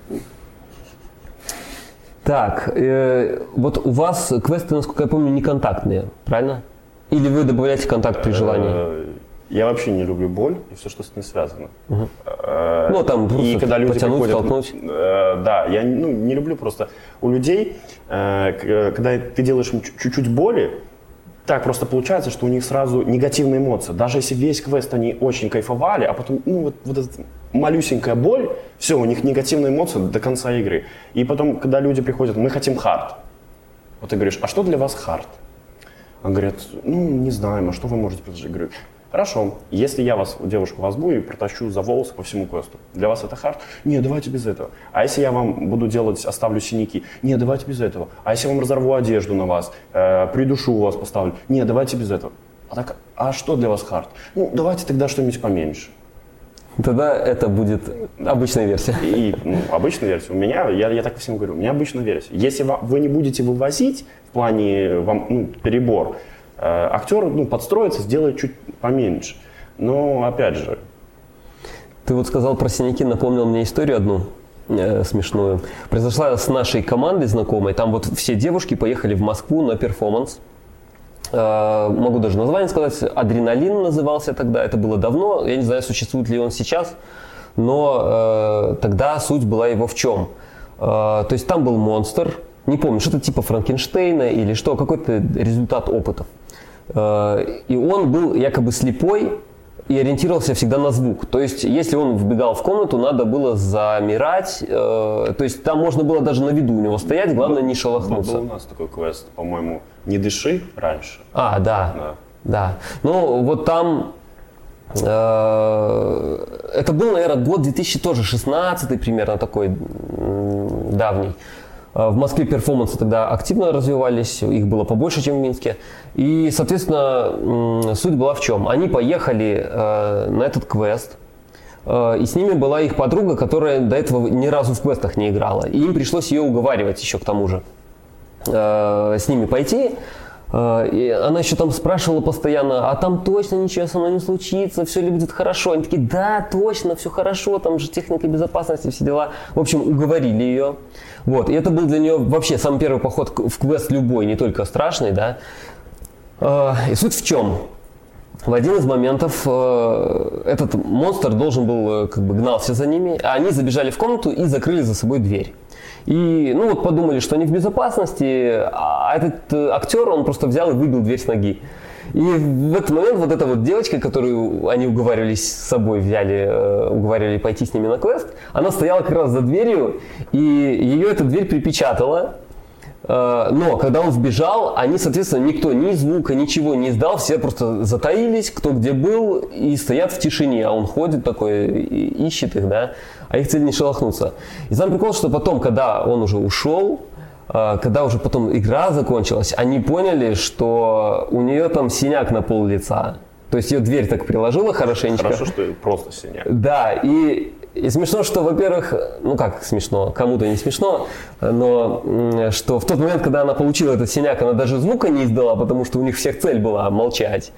Так, вот у вас квесты, насколько я помню, не контактные, правильно? Или вы добавляете контакт при желании? Я вообще не люблю боль и все, что с ней связано. Там просто и когда люди потянуть, приходят, толкнуть. Да, я не люблю просто. У людей, когда ты делаешь им чуть-чуть боли, так просто получается, что у них сразу негативные эмоции. Даже если весь квест они очень кайфовали, а потом вот эта малюсенькая боль, все, у них негативные эмоции до конца игры. И потом, когда люди приходят: мы хотим хард. Вот ты говоришь: а что для вас хард? Он говорит: не знаем, а что вы можете предложить? Я говорю: хорошо, если я девушку возьму и протащу за волосы по всему квесту, для вас это хард? Не, давайте без этого. А если я вам буду оставлю синяки? Не, давайте без этого. А если я вам разорву одежду на вас, придушу вас, поставлю? Не, давайте без этого. А что для вас хард? Давайте тогда что-нибудь поменьше. Тогда это будет обычная версия. И обычная версия. У меня, я так всем говорю, у меня обычная версия. Если вы не будете вывозить в плане перебор, актер подстроится, сделает чуть поменьше. Но опять же. Ты вот сказал про синяки, напомнил мне историю одну смешную. Произошла с нашей командой знакомой. Там вот все девушки поехали в Москву на перформанс. Могу даже название сказать. «Адреналин» назывался тогда. Это было давно. Я не знаю, существует ли он сейчас. Но тогда суть была его в чем. То есть там был монстр. Не помню, что-то типа Франкенштейна или что. Какой-то результат опытов. И он был якобы слепой. и ориентировался всегда на звук. То есть, если он вбегал в комнату, надо было замирать. То есть, там можно было даже на виду у него стоять, главное не шелохнуться. Был у нас такой квест, по-моему, «Не дыши» раньше. Да. Ну, вот там... Это был, наверное, год 2016 примерно, такой давний. В Москве перформансы тогда активно развивались, их было побольше, чем в Минске. И, соответственно, суть была в чем? Они поехали на этот квест, и с ними была их подруга, которая до этого ни разу в квестах не играла. И им пришлось ее уговаривать еще к тому же с ними пойти. И она еще там спрашивала постоянно, а там точно ничего со мной не случится, все ли будет хорошо. Они такие, да, точно, все хорошо, там же техника безопасности, все дела. В общем, уговорили ее. Вот. И это был для нее вообще самый первый поход в квест любой, не только страшный, да. И суть в чем? В один из моментов этот монстр должен был, гнался за ними, а они забежали в комнату и закрыли за собой дверь. И, подумали, что они в безопасности, а этот актер, он просто взял и выбил дверь с ноги. И в этот момент вот эта вот девочка, которую они уговаривались с собой, уговаривали пойти с ними на квест, она стояла как раз за дверью, и ее эта дверь припечатала. Но когда он сбежал, они, соответственно, никто ни звука, ничего не издал, все просто затаились, кто где был, и стоят в тишине, а он ходит такой, и ищет их, да, а их цель не шелохнуться. И сам прикол, что потом, когда он уже ушел, когда уже потом игра закончилась, они поняли, что у нее там синяк на пол лица. То есть ее дверь так приложила хорошенечко. Хорошо, что просто синяк. Да, и смешно, что, во-первых, как смешно, кому-то не смешно, но что в тот момент, когда она получила этот синяк, она даже звука не издала, потому что у них всех цель была молчать.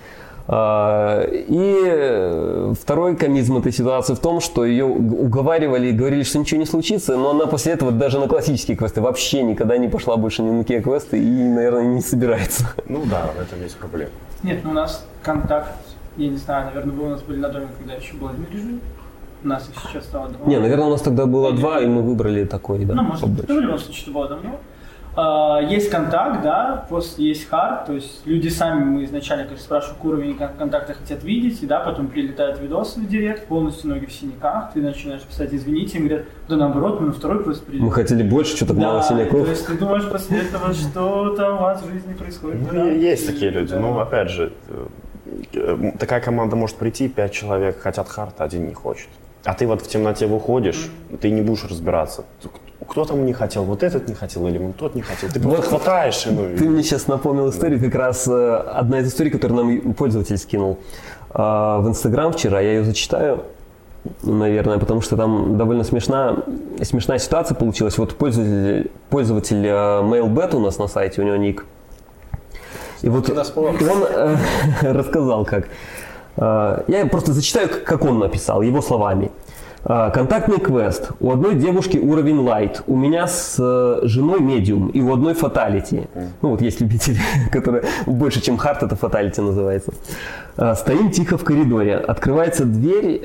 И второй комизм этой ситуации в том, что ее уговаривали и говорили, что ничего не случится, но она после этого даже на классические квесты вообще никогда не пошла больше ни на какие квесты и, наверное, не собирается. Ну да, в этом есть проблема. Нет, у нас контакт, я не знаю, наверное, вы у нас были на доме, когда еще был один режим. У нас их сейчас стало 2. Не, наверное, у нас тогда было 2, и мы выбрали такой, да. Может быть, в любом случае, это было давно. Есть контакт, да, просто есть хард, то есть люди сами, мы изначально, конечно, спрашивают, какой уровень контакта хотят видеть, и да, потом прилетают видосы в директ, полностью ноги в синяках, ты начинаешь писать извините, им говорят, да наоборот, мы на второй просто прилетели. Мы хотели больше, что-то мало синяков. То есть ты думаешь после этого, что-то у вас в жизни происходит. Ну, есть такие люди, но опять же, такая команда может прийти, 5 человек хотят хард, один не хочет. А ты вот в темноте выходишь, ты не будешь разбираться. Кто там не хотел, вот этот не хотел, или вон тот не хотел. Ты просто хватаешь. Ты мне сейчас напомнил историю, как раз одна из историй, которую нам пользователь скинул в Инстаграм вчера. Я ее зачитаю, наверное, потому что там довольно смешная ситуация получилась. Вот пользователь MailBet у нас на сайте, у него ник. И вот он рассказал, как. Я просто зачитаю, как он написал, его словами. Контактный квест. У одной девушки уровень light, у меня с женой medium и у одной fatality. Ну вот есть любители, которые больше, чем hard, это fatality называется. Стоим тихо в коридоре. Открывается дверь,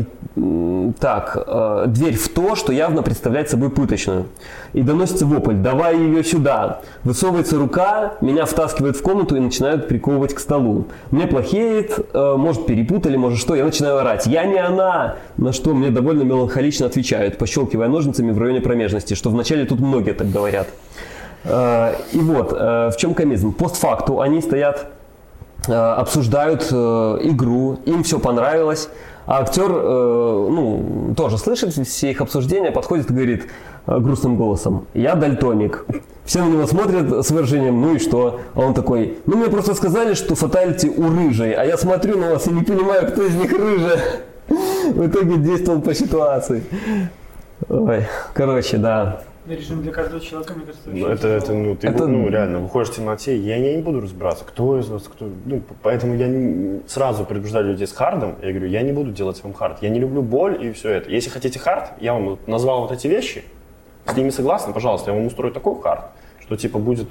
дверь в то, что явно представляет собой пыточную. И доносится вопль: давай ее сюда. Высовывается рука, меня втаскивают в комнату и начинают приковывать к столу. Мне плохеет, может перепутали, может что. Я начинаю орать: я не она! На что мне довольно меланхолично отвечают, пощелкивая ножницами в районе промежности, что вначале тут многие так говорят. И вот, в чем комизм. Постфакту они стоят, обсуждают игру, им все понравилось, а актер тоже слышит все их обсуждения, подходит и говорит грустным голосом: я дальтоник. Все на него смотрят с выражением: ну и что? А он такой: ну мне просто сказали, что фаталити у рыжей, а я смотрю на вас и не понимаю, кто из них рыжая. В итоге действовал по ситуации. Ой, короче, да. Режим для каждого человека, мне кажется, ты реально выходишь в темноте, я не буду разбираться, кто из вас, кто. Поэтому я сразу предупреждаю людей с хардом, я говорю, я не буду делать вам хард, я не люблю боль и все это. Если хотите хард, я вам назвал вот эти вещи, с ними согласны, пожалуйста, я вам устрою такой хард, что будет,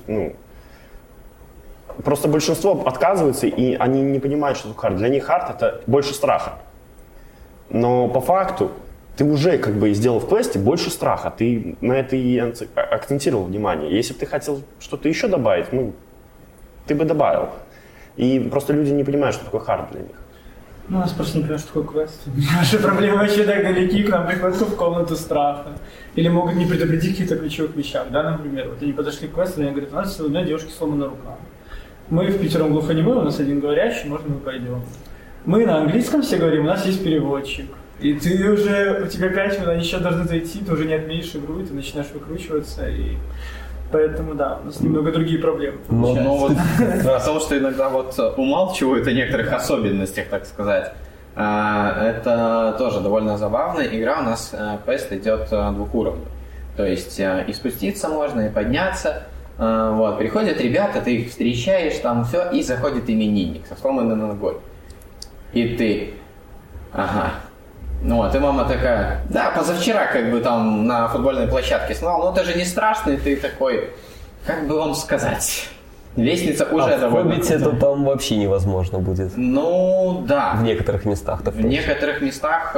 Просто большинство отказывается, и они не понимают, что такое хард. Для них хард это больше страха. Но по факту ты уже сделал в квесте больше страха, ты на это и акцентировал внимание. Если бы ты хотел что-то еще добавить, ты бы добавил. И просто люди не понимают, что такое хард для них. Ну, у нас просто не понимают, что такое квест. Наши проблемы вообще так далеки, к нам приходят в комнату страха. Или могут не предупредить каких-то ключевых вещах, да, например. Вот они подошли к квесту, и они говорят, у нас у девушки сломана рука. Мы в 5 глухонемые, у нас один говорящий, можно мы пойдем. Мы на английском все говорим, у нас есть переводчик. И ты уже, у тебя 5 минут, они еще должны зайти, ты уже не отменишь игру, и ты начинаешь выкручиваться, и поэтому, да, у нас немного другие проблемы. Но вот о том, что иногда вот умалчивают о некоторых особенностях, так сказать, это тоже довольно забавно. Игра у нас, квест идет двухуровневый. То есть и спуститься можно, и подняться. Вот, приходят ребята, ты их встречаешь, там все, и заходит именинник со сломанной ногой. И ты, ага. Ну вот, и мама такая, да, позавчера как бы там на футбольной площадке сломал, но это же не страшно, и ты такой, как бы вам сказать, лестница уже довольно... в Хоббите это там вообще невозможно будет. Ну, да. В некоторых местах. В некоторых местах,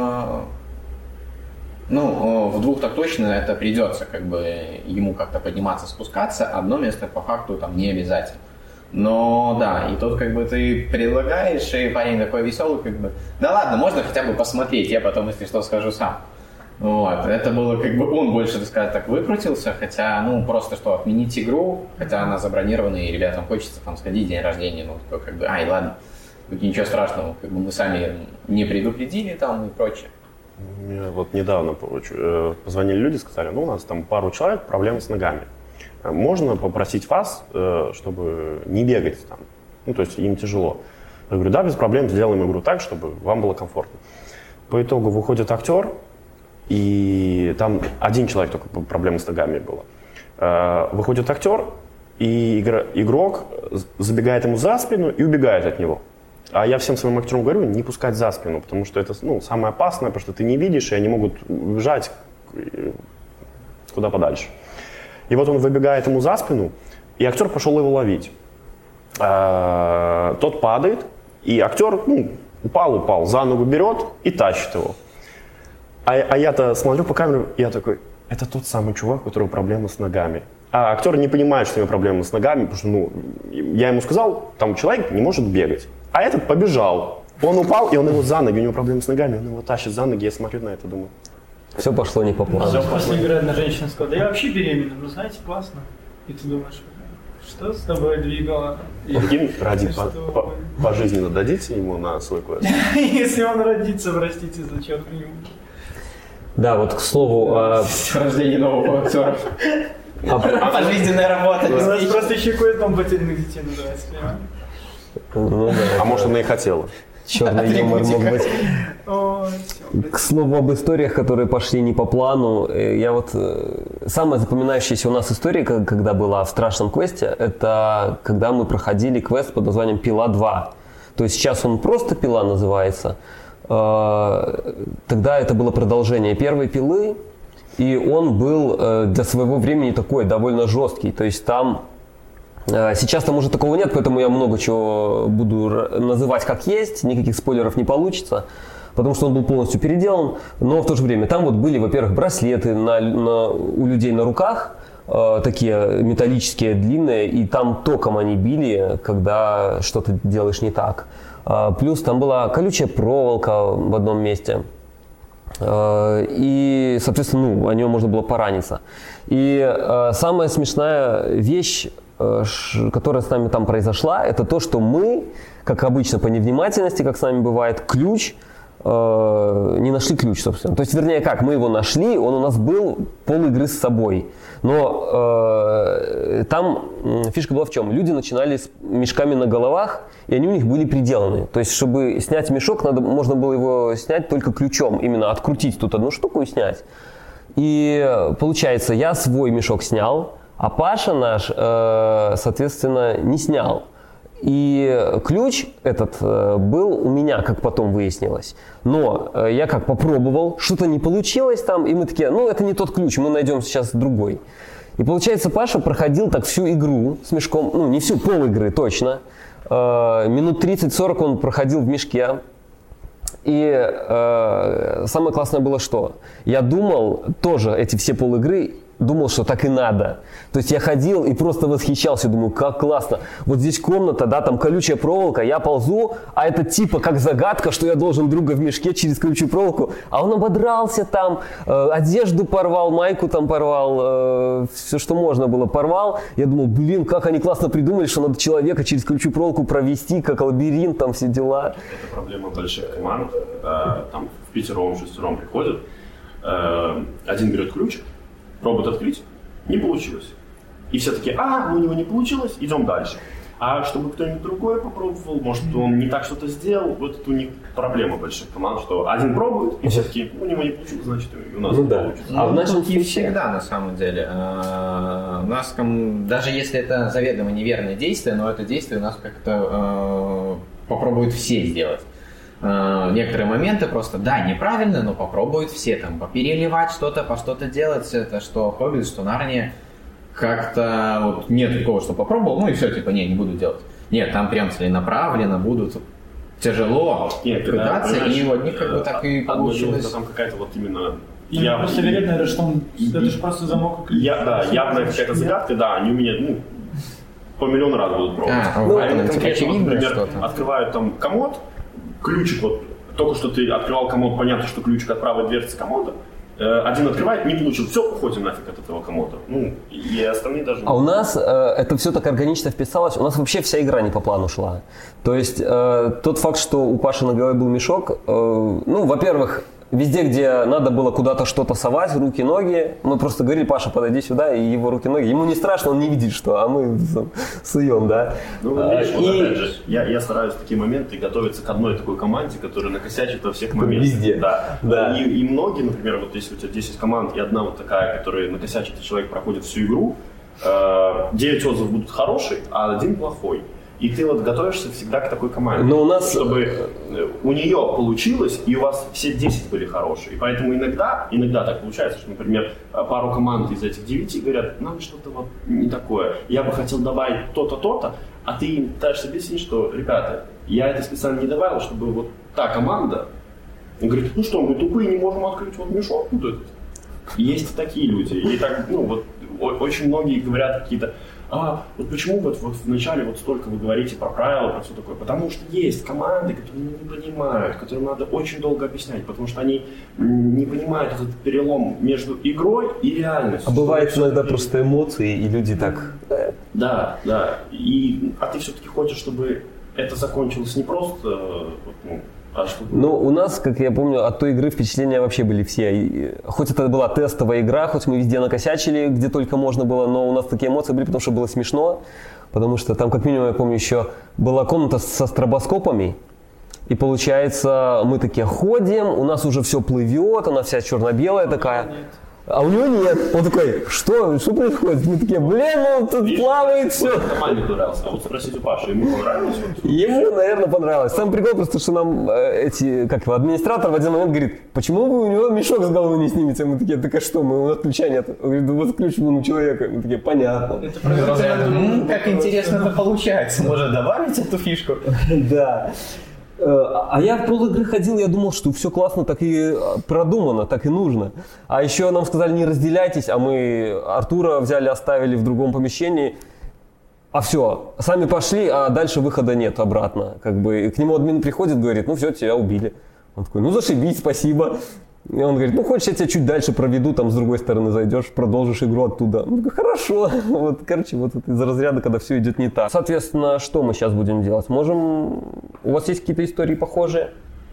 ну, в 2 так точно это придется как бы ему как-то подниматься, спускаться, одно место по факту там не обязательно. Но да, и тут как бы ты предлагаешь, и парень такой веселый, как бы, да ладно, можно хотя бы посмотреть, я потом, если что, скажу сам. Вот, это было как бы, он больше, так сказать, так выкрутился, хотя, ну, просто что, отменить игру, хотя она забронирована, и ребятам хочется там сходить, день рождения, ну, такой как бы, ай, ладно, тут ничего страшного, как бы мы сами не предупредили там и прочее. Мне вот недавно позвонили люди, сказали, ну, у нас там пару человек, проблемы с ногами. Можно попросить вас, чтобы не бегать там, ну, то есть им тяжело. Я говорю, да, без проблем, сделаем игру так, чтобы вам было комфортно. По итогу выходит актер, и там один человек только проблемы с ногами было. Выходит актер, и игрок забегает ему за спину и убегает от него. А я всем своим актерам говорю, не пускать за спину, потому что это, ну, самое опасное, потому что ты не видишь, и они могут убежать куда подальше. И вот он выбегает ему за спину, и актер пошел его ловить. Тот падает, и актер, ну, упал, за ногу берет и тащит его. А я-то смотрю по камере, я такой, это тот самый чувак, у которого проблемы с ногами. А актер не понимает, что у него проблемы с ногами, потому что, ну, я ему сказал, там человек не может бегать. А этот побежал. Он упал, и он его за ноги, у него проблемы с ногами, он его тащит за ноги, я смотрю на это, думаю. Все пошло не по плану. После игры одна женщина сказала, да я вообще беременна, ну знаете, классно. И ты думаешь, что с тобой двигало? Евгений, ради пожизненно дадите ему на свой квест? Если он родится, простите, зачем к нему? Да, вот к слову о рождении нового актера. Пожизненная работа. У нас просто еще кое-то потерянных детей называется, понимаешь? Ну, да, а может, она и хотела. Черный юмор мог быть. К слову об историях, которые пошли не по плану, я вот... Самая запоминающаяся у нас история, когда была в страшном квесте, это когда мы проходили квест под названием «Пила 2». То есть сейчас он просто «Пила» называется. Тогда это было продолжение первой «Пилы», и он был для своего времени такой довольно жесткий. То есть там... Сейчас там уже такого нет, поэтому я много чего буду называть как есть, никаких спойлеров не получится, потому что он был полностью переделан, но в то же время там вот были, во-первых, браслеты у людей на руках, такие металлические, длинные, и там током они били, когда что-то делаешь не так. Плюс там была колючая проволока в одном месте, и, соответственно, ну, о нее можно было пораниться. И самая смешная вещь, которая с нами там произошла, это то, что мы, как обычно по невнимательности, как с нами бывает, не нашли ключ, собственно. То есть, вернее, как, мы его нашли, он у нас был пол-игры с собой. Но там фишка была в чем? Люди начинали с мешками на головах, и они у них были приделаны. То есть, чтобы снять мешок, можно было его снять только ключом, именно открутить тут одну штуку и снять. И получается, я свой мешок снял, а Паша наш, соответственно, не снял. И ключ этот был у меня, как потом выяснилось. Но я как попробовал, что-то не получилось там, и мы такие, ну это не тот ключ, мы найдем сейчас другой. И получается, Паша проходил так всю игру с мешком, ну не всю, пол игры точно. Минут 30-40 он проходил в мешке. И самое классное было что? Я думал тоже эти все пол игры, думал, что так и надо. То есть я ходил и просто восхищался, думаю, как классно. Вот здесь комната, да, там колючая проволока, я ползу, а это типа как загадка, что я должен друга в мешке через колючую проволоку. А он ободрался там, одежду порвал, майку там порвал, все, что можно было, порвал. Я думал, блин, как они классно придумали, что надо человека через колючую проволоку провести, как лабиринт, там все дела. Это проблема больших команд, когда там в пятером, шестером приходят, один берет ключик, пробует открыть, не получилось. И все такие, у него не получилось, идем дальше. А чтобы кто-нибудь другой попробовал, может, он не так что-то сделал, вот это у них проблема больших команд, что один пробует, и все таки у него не получилось, значит, у нас не получится. А в нашем случае всегда, на самом деле. У нас, даже если это заведомо неверное действие, но это действие у нас как-то попробуют все сделать. Некоторые моменты просто, да, неправильно, но попробуют все там попереливать что-то, по что-то делать, это что Хоббит, что Нарния, как-то вот нет такого, что попробовал, ну и все, типа, не буду делать. Нет, там прям целенаправленно будут тяжело пытаться, и у одних как бы так и получилось. Там какая-то вот именно... просто верят, наверное, что это же просто замок. Явная какая-то загадка, да, они умеют, по миллион раз будут пробовать. Например, открывают там комод, ключик, вот только что ты открывал комод, понятно, что ключик от правой дверцы комода, один открывает, не получил, все, уходим нафиг от этого комода. И остальные даже... А у нас это все так органично вписалось, у нас вообще вся игра не по плану шла. То есть тот факт, что у Паши на голове был мешок, во-первых, везде, где надо было куда-то что-то совать, руки, ноги, мы просто говорили, Паша, подойди сюда, и его руки, ноги. Ему не страшно, он не видит, что, а мы суем, да. Видишь, опять же, я стараюсь в такие моменты готовиться к одной такой команде, которая накосячит во всех моментах. Везде. Да. И многие, например, вот если у тебя 10 команд и одна вот такая, которая накосячит, и человек проходит всю игру, 9 отзывов будут хорошие, а 1 плохой. И ты вот готовишься всегда к такой команде, но у нас... чтобы у нее получилось, и у вас все 10 были хорошие. И поэтому иногда так получается, что, например, пару команд из этих 9 говорят, нам что-то вот не такое, я бы хотел добавить то-то, то-то, а ты им пытаешься объяснить, что, ребята, я это специально не добавил, чтобы вот та команда, он говорит, что, мы тупые, не можем открыть вот мешок вот этот. Есть такие люди, и так, очень многие говорят какие-то, вот почему вот вначале вот столько вы говорите про правила, про все такое? Потому что есть команды, которые не понимают, которым надо очень долго объяснять, потому что они не понимают этот перелом между игрой и реальностью. А бывает иногда просто эмоции, и люди так... Да. А ты все-таки хочешь, чтобы это закончилось не просто... У нас, как я помню, от той игры впечатления вообще были все. Хоть это была тестовая игра, хоть мы везде накосячили, где только можно было, но у нас такие эмоции были, потому что было смешно. Потому что там, как минимум, я помню, еще была комната со стробоскопами. И получается, мы такие ходим, у нас уже все плывет, она вся черно-белая такая. А у него нет. Он такой, что происходит? Мы такие, тут плавает все. Нормально понравился. А вот спросите у Паши, ему понравилось? Ему, наверное, понравилось. Сам прикол просто, что нам администратор в один момент говорит, почему вы у него мешок с головы не снимете? Мы такие, так а что, у нас ключа нет. Он говорит, у вас ключ вон у человека. Мы такие, понятно. Как интересно это получается. Может добавить эту фишку? Да. А я в полигры ходил, я думал, что все классно, так и продумано, так и нужно. А еще нам сказали, не разделяйтесь, а мы Артура взяли, оставили в другом помещении. А все, сами пошли, а дальше выхода нет обратно. И к нему админ приходит, говорит, все, тебя убили. Он такой, зашибись, спасибо. И он говорит, хочешь, я тебя чуть дальше проведу, там с другой стороны зайдешь, продолжишь игру оттуда. Он такой, хорошо. Вот из разряда, когда все идет не так. Соответственно, что мы сейчас будем делать? У вас есть какие-то истории похожие?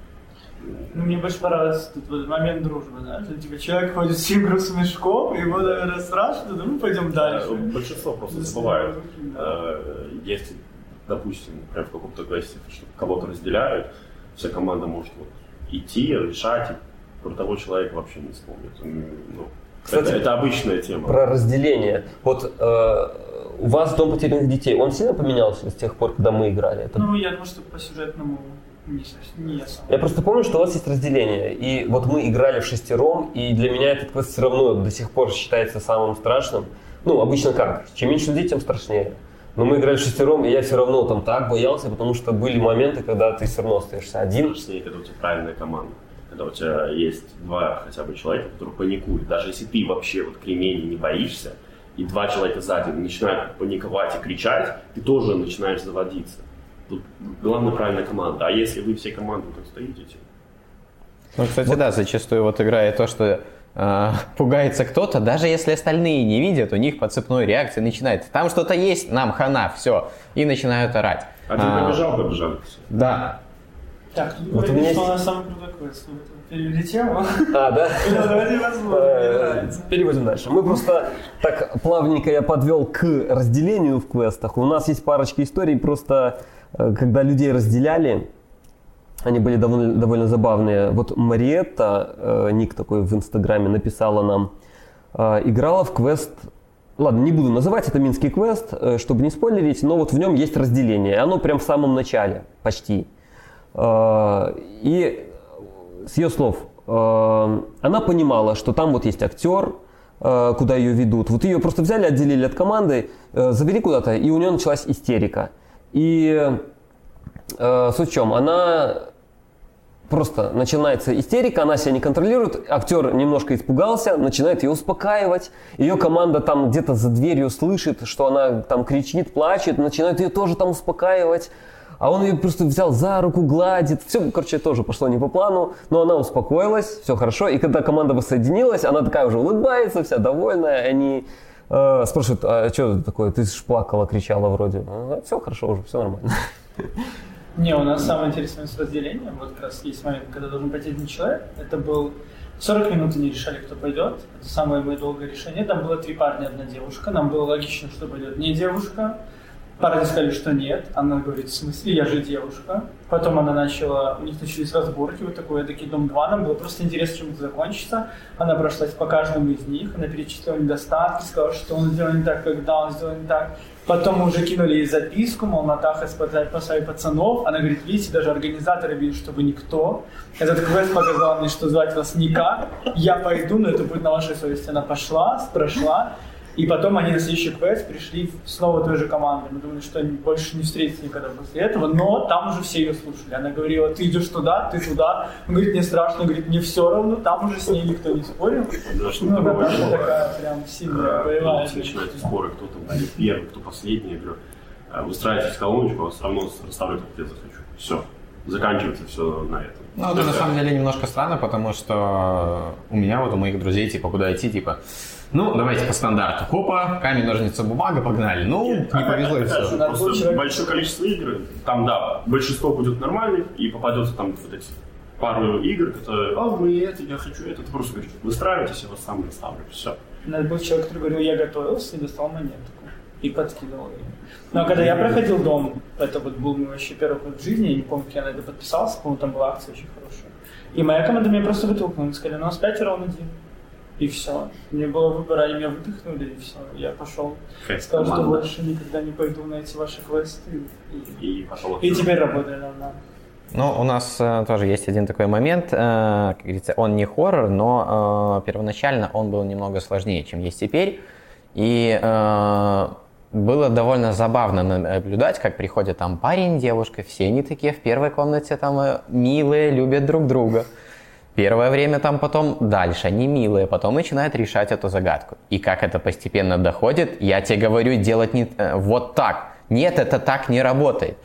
Мне больше понравился тут момент дружбы, да? Что, человек ходит в игру с мешком, ему, наверное, страшно, пойдем дальше. Большинство просто забывают. Если, допустим, прям в каком-то квесте кого-то разделяют, вся команда может идти, решать, про того человека вообще не вспомнит. Кстати, это обычная тема. Про разделение. У вас «Дом потерянных детей», он сильно поменялся с тех пор, когда мы играли? Я думаю, что по сюжетному не особо. Я просто помню, что у вас есть разделение. И мы играли в шестером, и для меня этот квест все равно до сих пор считается самым страшным. Обычно как? Чем меньше людей, тем страшнее. Но мы играли в шестером, и я все равно там так боялся, потому что были моменты, когда ты все равно остаешься один. Страшнее, когда у тебя правильная команда. когда у тебя есть два хотя бы человека, которые паникуют. Даже если ты вообще вот кременей не боишься, и два человека сзади начинают паниковать и кричать, ты тоже начинаешь заводиться. Тут главное правильная команда. А если вы всей командой так стоите... Ну, кстати, да, зачастую вот играет то, что пугается кто-то, даже если остальные не видят, у них по цепной реакции начинается. Там что-то есть, нам хана, все. И начинают орать. Один побежали. Да. Так, вот у нас самый крутой квест. Перевели тему. Да? Давайте возможно. Переводим дальше. Мы просто так плавненько я подвел к разделению в квестах. У нас есть парочка историй, просто когда людей разделяли, они были довольно забавные. Вот Мариетта, ник такой в Инстаграме, написала нам, играла в квест. Ладно, не буду называть, это минский квест, чтобы не спойлерить, но вот в нем есть разделение. Оно прям в самом начале, почти. И с ее слов, она понимала, что там вот есть актер, куда ее ведут. Вот ее просто взяли, отделили от команды, завели куда-то, и у нее началась истерика. И суть в чем? Она просто начинается истерика, она себя не контролирует, актер немножко испугался, начинает ее успокаивать. Ее команда там где-то за дверью слышит, что она там кричит, плачет, начинает ее тоже там успокаивать. А он ее просто взял за руку, гладит. Все, короче, тоже пошло не по плану. Но она успокоилась, все хорошо. И когда команда воссоединилась, она такая уже улыбается, вся довольная. Они спрашивают, а что такое? Ты же плакала, кричала вроде. Все хорошо уже, все нормально. Не, у нас самое интересное с разделением. Вот как раз есть момент, когда должен пойти один человек. Это был 40 минут они решали, кто пойдет. Это самое мое долгое решение. Там было 3 парня, 1 девушка. Нам было логично, что пойдет не девушка. Парни сказали, что нет. Она говорит, в смысле, я же девушка. Потом она начала, у них начались разборки, вот такой эдакий дом 2. Нам было просто интересно, чем это закончится. Она прошлась по каждому из них, она перечислила недостатки, сказала, что он сделал не так, когда он сделал не так. Потом мы уже кинули ей записку, мол, Натаха спасает пацанов. Она говорит, видите, даже организаторы видят, что вы никто. Этот квест показал мне, что звать вас никак. Я пойду, но это будет на вашей совести. Она прошла. И потом они на следующий квест пришли снова той же командой. Мы думали, что они больше не встретятся никогда после этого, но там уже все ее слушали. Она говорила, ты идешь туда, ты туда. Он говорит, мне страшно, он говорит, мне все равно. Там уже с ней никто не спорил. Ну, Наташа такая прям сильная, боевая. Начинаются споры, кто там будет первый, кто последний. Я говорю, выстраивайтесь в колоночку, а вас все равно расставлю, как я захочу. Все. Заканчивается все на этом. Ну, это на самом деле немножко странно, потому что у меня, вот у моих друзей, типа, куда идти, типа, ну, давайте по стандарту. Хопа, камень, ножницы, бумага, погнали. Ну, не повезло и все. Просто большое количество игр, там, да, большинство будет нормальных, и попадется там вот эти пару игр, которые, вы это, я хочу это. Ты просто говоришь, выстраивайтесь, я вас сам расставлю, все. Надо был человек, который говорил, я готовился и достал монетку. И подкидывал ее. Ну, а когда я проходил дом, это вот был мой вообще первый год в жизни, я не помню, как я на это подписался, по-моему, там была акция очень хорошая. И моя команда меня просто вытолкнула, сказали, у нас 5 равно 1. И все. Не было выбора, они меня выдохнули, и все. Я пошел. Сказал, что больше никогда не пойду на эти ваши квесты. И пошел. И теперь работаю давно. Ну, у нас тоже есть один такой момент, как говорится, он не хоррор, но первоначально он был немного сложнее, чем есть теперь. И было довольно забавно наблюдать, как приходят там парень, девушка, все они такие в первой комнате там милые, любят друг друга. Первое время там потом дальше, они милые, потом начинают решать эту загадку. И как это постепенно доходит, я тебе говорю, делать не вот так. Нет, это так не работает.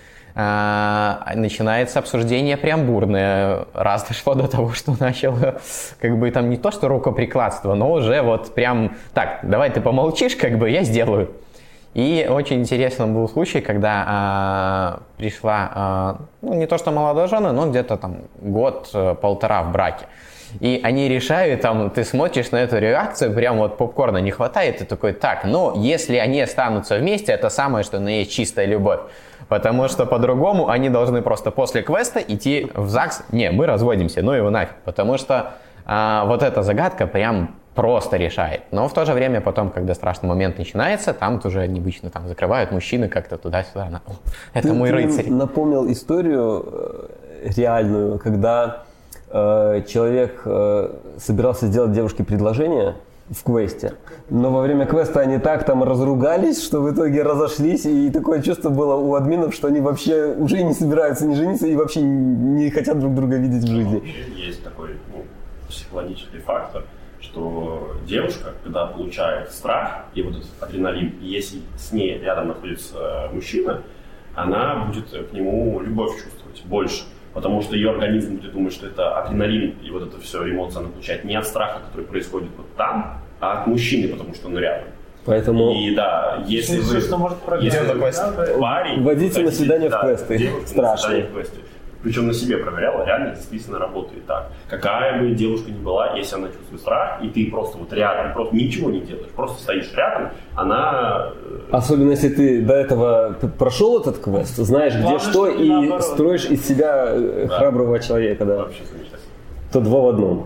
Начинается обсуждение прям бурное. Раз дошло до того, что начало, как бы там не то, что рукоприкладство, но уже вот прям так, давай ты помолчишь, как бы я сделаю. И очень интересным был случай, когда пришла, ну не то что молодожены, но где-то там год-полтора в браке. И они решают, там, ты смотришь на эту реакцию, прям вот попкорна не хватает, и такой, так, ну, если они останутся вместе, это самое, что на есть чистая любовь. Потому что по-другому они должны просто после квеста идти в ЗАГС. Не, мы разводимся, ну его нафиг. Потому что вот эта загадка прям просто решает. Но в то же время потом, когда страшный момент начинается, там уже обычно там закрывают мужчины как-то туда-сюда. Это мой рыцарь. Ты напомнил историю реальную, когда человек собирался сделать девушке предложение, в квесте. Но во время квеста они так там разругались, что в итоге разошлись, и такое чувство было у админов, что они вообще уже не собираются не жениться и вообще не хотят друг друга видеть в жизни. Есть такой психологический фактор, что девушка, когда получает страх и вот этот адреналин, если с ней рядом находится мужчина, она будет к нему любовь чувствовать больше. Потому что ее организм будет думать, что это адреналин, и вот это все эмоции она получает не от страха, который происходит вот там, а от мужчины, потому что он рядом. Поэтому... И да, если вы парень... Водите на свидание в квесты. Страшно. Причем на себе проверяла, реально действительно работает так. Какая бы девушка ни была, если она чувствует страх, и ты просто вот рядом, просто ничего не делаешь, просто стоишь рядом, она... Особенно если ты до этого прошел этот квест, знаешь, где что, и наоборот. Строишь из себя храброго человека, да. Вообще замечательно. То 2 в 1.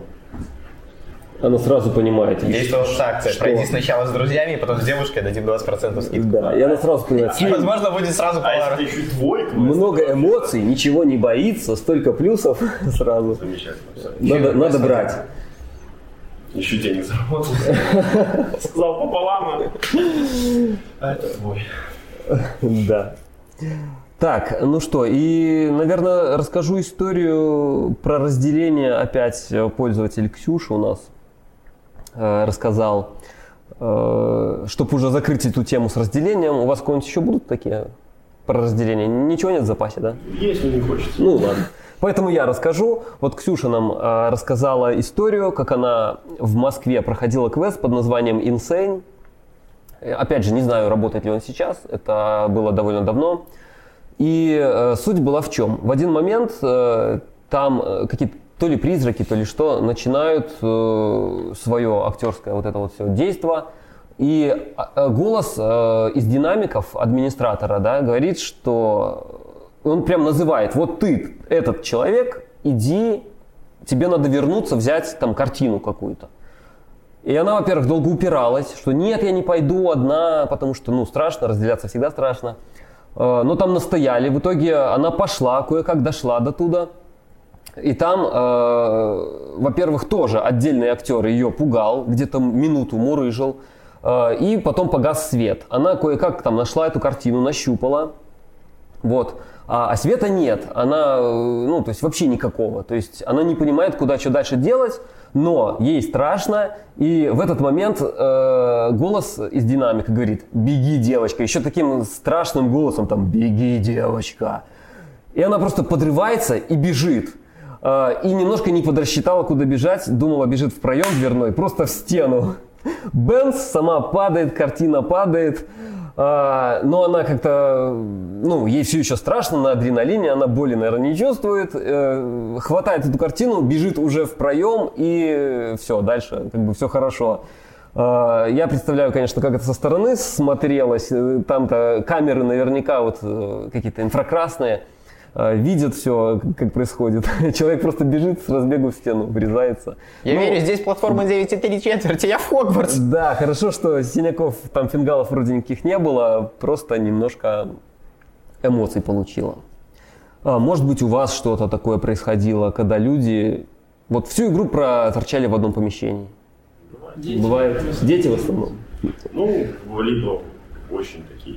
Она сразу понимает. Действовала акция. Пройди сначала с друзьями, потом с девушкой, дадим 20% скидку. Да, и она сразу понимает. И, возможно, будет сразу поворот. Если еще твой квест, много эмоций, ничего не боится, столько плюсов сразу. Замечательно. Надо брать. Еще денег заработал. Сказал пополам. А это твой. Да. Так, ну что, и, наверное, расскажу историю про разделение. Опять пользователь Ксюша у нас рассказал, чтобы уже закрыть эту тему с разделением. У вас какие-нибудь еще будут такие про разделение? Ничего нет в запасе, да? Если не хочется. Ну ладно. Поэтому я расскажу. Вот Ксюша нам рассказала историю, как она в Москве проходила квест под названием Insane. Опять же, не знаю, работает ли он сейчас. Это было довольно давно. И суть была в чем? В один момент там какие-то то ли призраки, то ли что, начинают свое актерское вот это вот все действо. И голос из динамиков администратора, да, говорит, что он прям называет: вот ты, этот человек, иди, тебе надо вернуться, взять там картину какую-то. И она, во-первых, долго упиралась, что нет, я не пойду одна, потому что, ну, страшно, разделяться всегда страшно. Но там настояли, в итоге она пошла, кое-как дошла до туда. И там, во-первых, тоже отдельный актер ее пугал, где-то минуту мурыжил, и потом погас свет. Она кое-как там нашла эту картину, нащупала, вот. А света нет, она, ну, то есть вообще никакого. То есть она не понимает, куда что дальше делать, но ей страшно. И в этот момент голос из динамика говорит: беги, девочка. Еще таким страшным голосом, там: беги, девочка. И она просто подрывается и бежит. И немножко не подрасчитала, куда бежать. Думала, бежит в проем дверной, просто в стену. Бенц, сама падает, картина падает. Но она как-то, ну, ей все еще страшно, на адреналине, она боли, наверное, не чувствует. Хватает эту картину, бежит уже в проем, и все, дальше как бы все хорошо. Я представляю, конечно, как это со стороны смотрелось. Там-то камеры наверняка вот какие-то инфракрасные. Видят все, как происходит. Человек просто бежит с разбегу в стену, врезается. Я верю, здесь платформа 9,3, я в Хогвартс. Да, хорошо, что синяков, там фингалов вроде никаких не было, просто немножко эмоций получила. Может быть, у вас что-то такое происходило, когда люди вот всю игру проторчали в одном помещении? Дети. Бывает. Дети в основном? Ну, либо очень такие.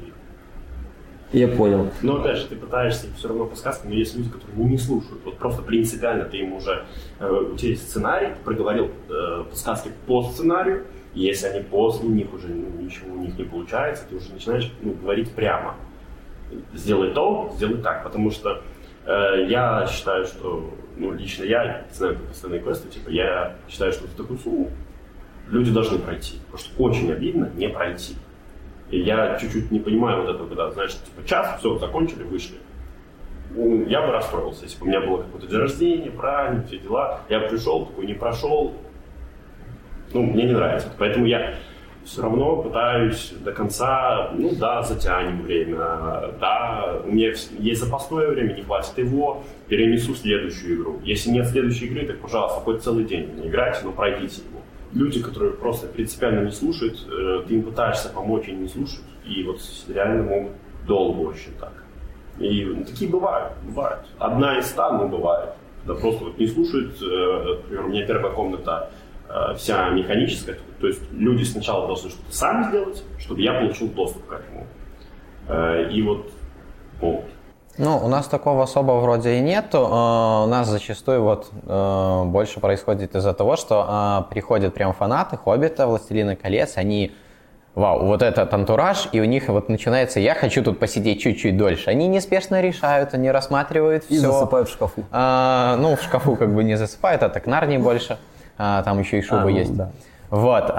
Я понял. Но опять же, ты пытаешься все равно по сказкам, но есть люди, которые не слушают. Вот просто принципиально ты им уже... У тебя есть сценарий, ты проговорил по сказке по сценарию, и если они после них уже ничего у них не получается, ты уже начинаешь говорить прямо. Сделай то, сделай так. Потому что я считаю, что... Ну, лично я, знаю, как остальные квесты, типа, я считаю, что за такую сумму люди должны пройти. Потому что очень обидно не пройти. И я чуть-чуть не понимаю вот этого, когда, знаешь, типа час, все, закончили, вышли. Я бы расстроился, если бы у меня было какое-то день рождения, праздник, все дела. Я пришел, такой не прошел. Ну, мне не нравится. Поэтому я все равно пытаюсь до конца, ну да, затянем время, да, у меня есть запасное время, не хватит его, перенесу следующую игру. Если нет следующей игры, так, пожалуйста, хоть целый день не играйте, но пройдите его. Люди, которые просто принципиально не слушают, ты им пытаешься помочь, и не слушают, и вот реально могут долго очень так. И такие бывают. Одна из 100, но бывает. Да просто вот не слушают, например, у меня первая комната вся механическая. То есть люди сначала должны что-то сами сделать, чтобы я получил доступ к этому. И вот повод. Ну, у нас такого особо вроде и нету. У нас зачастую вот больше происходит из-за того, что приходят прям фанаты «Хоббита», «Властелина колец», они... Вау, вот этот антураж, и у них вот начинается «я хочу тут посидеть чуть-чуть дольше». Они неспешно решают, они рассматривают все. И засыпают в шкафу. Ну, в шкафу как бы не засыпают, а так Нарнии больше. Там еще и шуба есть. Да. Вот.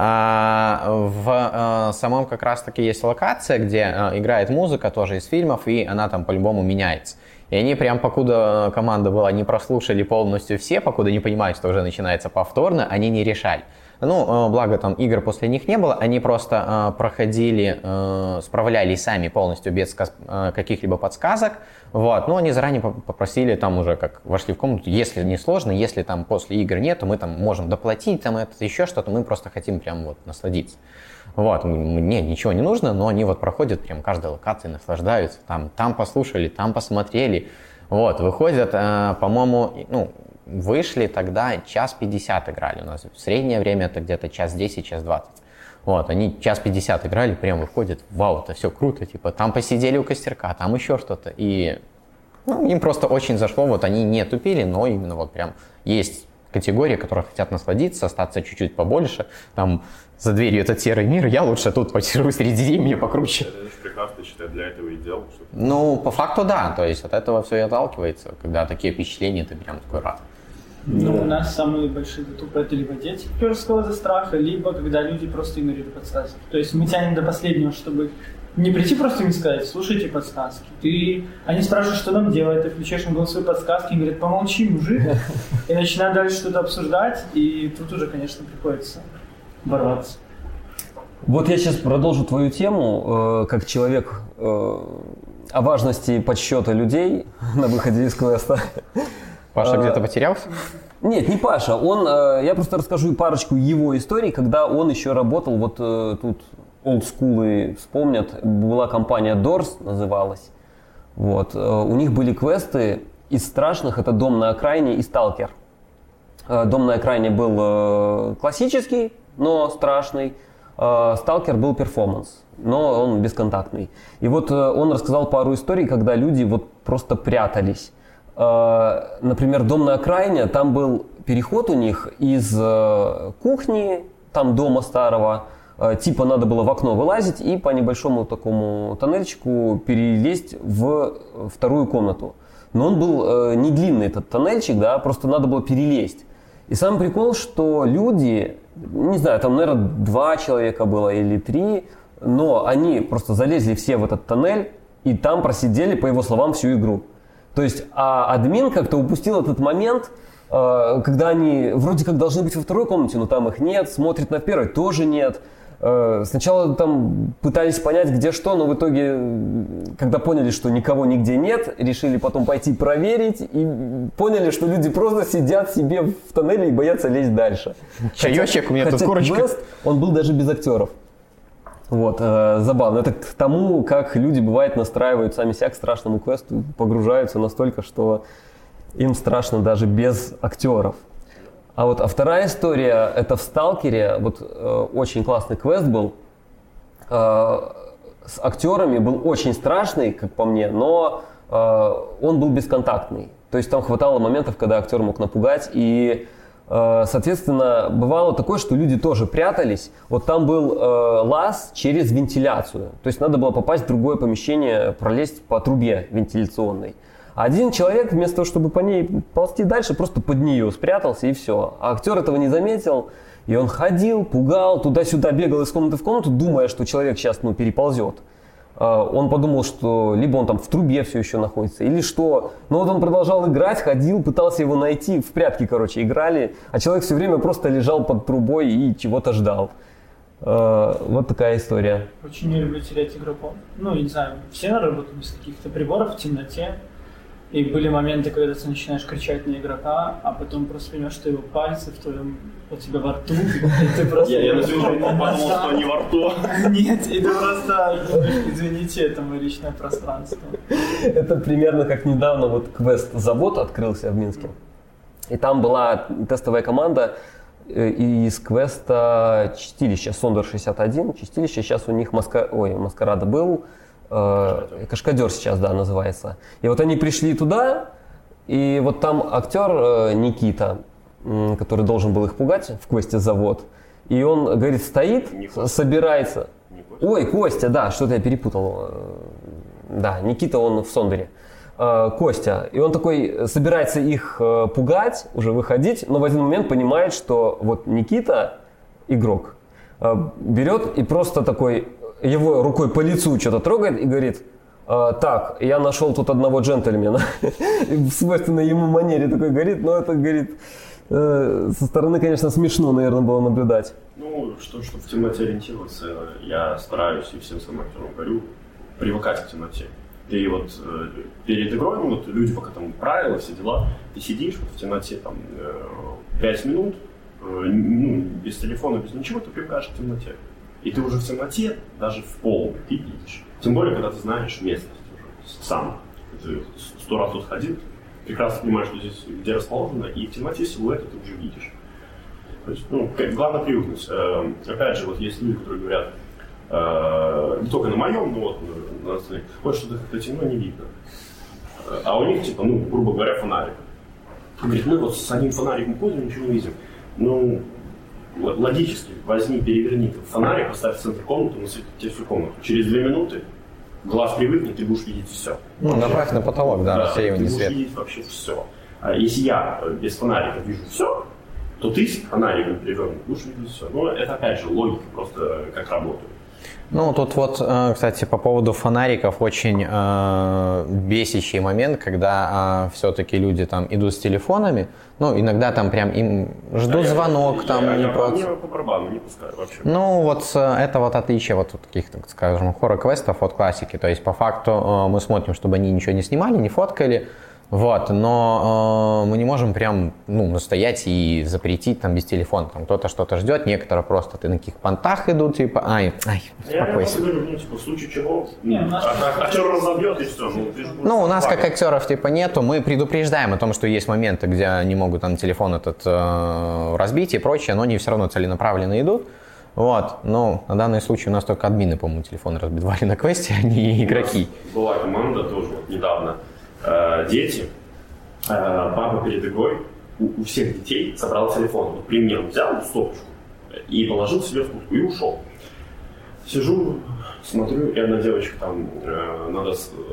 В самом как раз-таки есть локация, где играет музыка тоже из фильмов, и она там по-любому меняется. И они прям, покуда команда была, не прослушали полностью все, покуда не понимают, что уже начинается повторно, они не решали. Ну, благо там игр после них не было, они просто проходили, справлялись сами полностью без каких-либо подсказок. Вот. Но они заранее попросили, там уже как вошли в комнату, если не сложно, если там после игр нет, то мы там можем доплатить, там это еще что-то, мы просто хотим прям вот насладиться. Вот, мне ничего не нужно, но они вот проходят прям каждой локации, наслаждаются, там послушали, там посмотрели. Вот, выходят, по-моему, ну, вышли тогда 1:50 играли у нас. Среднее время это где-то 1:10, 1:20. Вот, они 1:50 играли, прям выходят, вау, это все круто, типа, там посидели у костерка, там еще что-то. И ну, им просто очень зашло, вот они не тупили, но именно вот прям есть категории, которые хотят насладиться, остаться чуть-чуть побольше, там за дверью этот серый мир, я лучше тут посижу среди зимней покруче. Это же прекрасно, считаю, для этого и делал. Ну, по факту да, то есть от этого все и отталкивается, когда такие впечатления, ты прям такой рад. Ну, у нас самые большие тупы это либо дети перского за страха, либо когда люди просто игнорируют подсказки. То есть мы тянем до последнего, чтобы не прийти просто им сказать, слушайте подсказки. Они спрашивают, что нам делать, ты включаешь им голосовые подсказки и говорят, помолчи, мужик. И начинают дальше что-то обсуждать, и тут уже, конечно, приходится бороться. Вот я сейчас продолжу твою тему, как человек о важности подсчета людей на выходе из квеста. Паша где-то потерялся? Нет, не Паша. Я просто расскажу парочку его историй, когда он еще работал, вот тут олдскулы вспомнят, была компания Doors, называлась. Вот. У них были квесты из страшных, это «Дом на окраине» и «Сталкер». «Дом на окраине» был классический, но страшный. «Сталкер» был перформанс, но он бесконтактный. И вот он рассказал пару историй, когда люди вот просто прятались. Например, «Дом на окраине», там был переход у них из кухни, там дома старого, типа надо было в окно вылазить и по небольшому такому тоннельчику перелезть в вторую комнату. Но он был не длинный, этот тоннельчик, да, просто надо было перелезть. И самый прикол, что люди, не знаю, там, наверное, 2 человека было или 3, но они просто залезли все в этот тоннель и там просидели, по его словам, всю игру. То есть, админ как-то упустил этот момент, когда они вроде как должны быть во второй комнате, но там их нет, смотрит на первой, тоже нет. Сначала там пытались понять, где что, но в итоге, когда поняли, что никого нигде нет, решили потом пойти проверить и поняли, что люди просто сидят себе в тоннеле и боятся лезть дальше. Чаечек, у меня тут курочка. Квест, он был даже без актеров. Вот, забавно. Это к тому, как люди, бывает, настраивают сами себя к страшному квесту, погружаются настолько, что им страшно даже без актеров. А вторая история, это в «Сталкере», вот очень классный квест был, с актерами, был очень страшный, как по мне, но он был бесконтактный. То есть там хватало моментов, когда актер мог напугать, и соответственно, бывало такое, что люди тоже прятались. Вот там был лаз через вентиляцию. То есть надо было попасть в другое помещение, пролезть по трубе вентиляционной. А один человек, вместо того, чтобы по ней ползти дальше, просто под нее спрятался и все. А актер этого не заметил, и он ходил, пугал, туда-сюда бегал из комнаты в комнату, думая, что человек сейчас переползет. Он подумал, что либо он там в трубе все еще находится, или что. Но вот он продолжал играть, ходил, пытался его найти, в прятки, играли. А человек все время просто лежал под трубой и чего-то ждал. Вот такая история. Очень не люблю терять игроков. Ну, не знаю, все работают без каких-то приборов в темноте. И были моменты, когда ты начинаешь кричать на игрока, а потом просто понимаешь, что его пальцы у тебя во рту, и ты просто... Я на секунду подумал, что они во рту. Нет, и ты просто говоришь, извините, это мое личное пространство. Это примерно как недавно вот квест «Завод» открылся в Минске. И там была тестовая команда, из квеста Чистилище, Сондер 61. Чистилище, сейчас у них Маскарада был, Кашкадер сейчас, да, называется. И вот они пришли туда, и вот там актер Никита, который должен был их пугать в квесте «Завод», и он, говорит, стоит, собирается. Ой, Костя, да, что-то я перепутал. Да, Никита, он в Сондере. Костя. И он такой собирается их пугать, уже выходить, но в один момент понимает, что вот Никита, игрок, берет и просто такой его рукой по лицу что-то трогает и говорит: так, я нашел тут одного джентльмена. В свойственной ему манере такой говорит, но это, говорит, со стороны, конечно, смешно, наверное, было наблюдать. Ну, чтобы в темноте ориентироваться, я стараюсь и всем своим актерам говорю, привыкать к темноте. Ты вот перед игрой, ну, вот люди пока там правила, все дела, ты сидишь вот в темноте там 5 минут, ну, без телефона, без ничего, ты привыкаешь к темноте. И ты уже в темноте, даже в полной, ты видишь. Тем более, когда ты знаешь местность уже сам. Ты 100 раз тут ходил, прекрасно понимаешь, что здесь где расположено, и в темноте силуэты ты уже видишь. То есть, ну, главное привыкнуть. Опять же, вот есть люди, которые говорят, не только на моем, но вот на остальных, вот что-то как-то темно, не видно. А у них, типа, ну, грубо говоря, фонарик. Он говорит, мы вот с одним фонариком ходим, ничего не видим. Ну, логически, возьми, переверни фонарик, поставь в центр комнаты, насвети тебе всю комнату. Через 2 минуты глаз привыкнет, ты будешь видеть все. Ну, направь на потолок, да, рассеивание света. Ты будешь видеть вообще все. А если я без фонарика вижу все, то ты с фонариком перевернут, будешь видеть все. Но это, опять же, логика, просто как работает. Ну, тут вот, кстати, по поводу фонариков очень бесящий момент, когда все-таки люди там идут с телефонами, ну, иногда там прям им ждут звонок, там я по барабану не пускаю вообще. Ну, вот это вот отличие вот таких, так скажем, хоррор-квестов от классики, то есть по факту мы смотрим, чтобы они ничего не снимали, не фоткали, вот, но мы не можем прям, ну, настоять и запретить там без телефона, там кто-то что-то ждет, некоторые просто ты на каких понтах идут, типа, успокойся. Я просто говорю, ну, типа, в случае чего, актер разобьет и все. Ну, у нас как актеров типа нету, мы предупреждаем о том, что есть моменты, где они могут там телефон этот разбить и прочее, но они все равно целенаправленно идут. Вот, но на данный случай у нас только админы, по-моему, телефон разбивали на квесте, а не игроки. Была команда тоже вот недавно. Дети, папа перед игрой у всех детей собрал телефон. Вот при мне он взял стопочку и положил себе в куртку и ушел. Сижу, смотрю, и одна девочка там, надо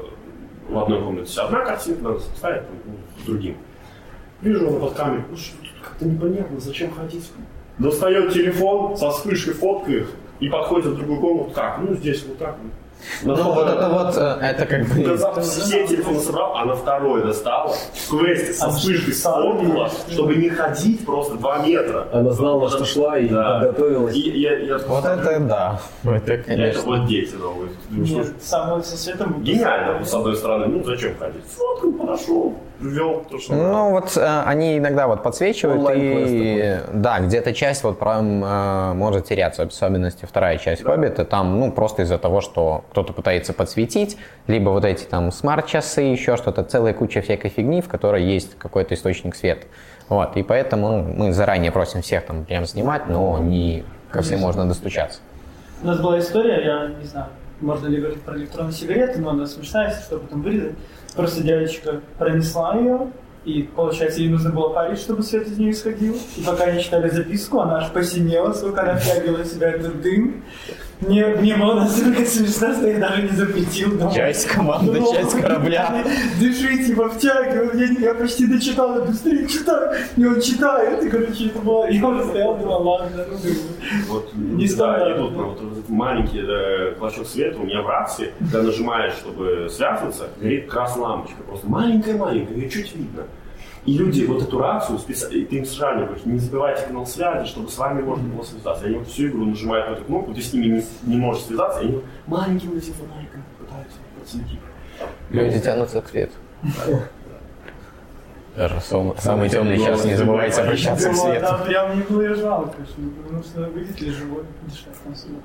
в одной комнате одна картинка, надо ставить с другим. Вижу, она под камерой, ну что тут как-то непонятно, зачем ходить? Достает телефон, со вспышкой фоткает и подходит в другую комнату. Как? Ну здесь вот так вот. Ну, вот это вот, это как бы... Все телефоны собрал, а на второй достала, в квесте со вспышкой сфоткала, чтобы не ходить просто 2 метра. Она знала, что шла и подготовилась. Вот это да. Это, конечно. Это вот дети новые. Нет, самое со светом... Гениально, с одной стороны. Ну, зачем ходить? Сфоткал, подошел, ввел то, что... Ну, вот они иногда вот подсвечивают, и да, где-то часть вот прям может теряться, в особенности вторая часть Хоббита, там, ну, просто из-за того, что кто-то пытается подсветить, либо вот эти там смарт-часы, еще что-то, целая куча всякой фигни, в которой есть какой-то источник света. Вот, и поэтому мы заранее просим всех там прям снимать, но не ко всем можно достучаться. У нас была история, я не знаю, можно ли говорить про электронные сигареты, но она смешная, если что, потом вырезать. Просто девочка пронесла ее, и, получается, ей нужно было парить, чтобы свет из нее исходил. И пока они читали записку, она аж посинела, сколько она втягивала в себя этот дым. Мне было настолько смешно, что я даже не запретил. Часть команды, часть корабля. Дыши, типа, втягивай. Я почти дочитал, быстрее читай. И он читает, и, короче, это было... Я уже стоял, думал, ладно, вот, не стало. Да, идут вот маленький клочок света у меня в рации, когда нажимаешь, чтобы связываться, горит красная лампочка, просто маленькая-маленькая, ее чуть видно. И люди вот эту рацию, и ты им сразу говоришь, не забывайте канал связи, чтобы с вами можно было связаться. И они вот всю игру нажимают на эту кнопку, ты с ними не можешь связаться, и они маленькими этими фонариками пытаются подсветить. Люди тянутся к свету. Самый темный час, не забывайте обращаться к свету. Да, прям не было жалко, потому что выйдет ли живой, дышать там сюда.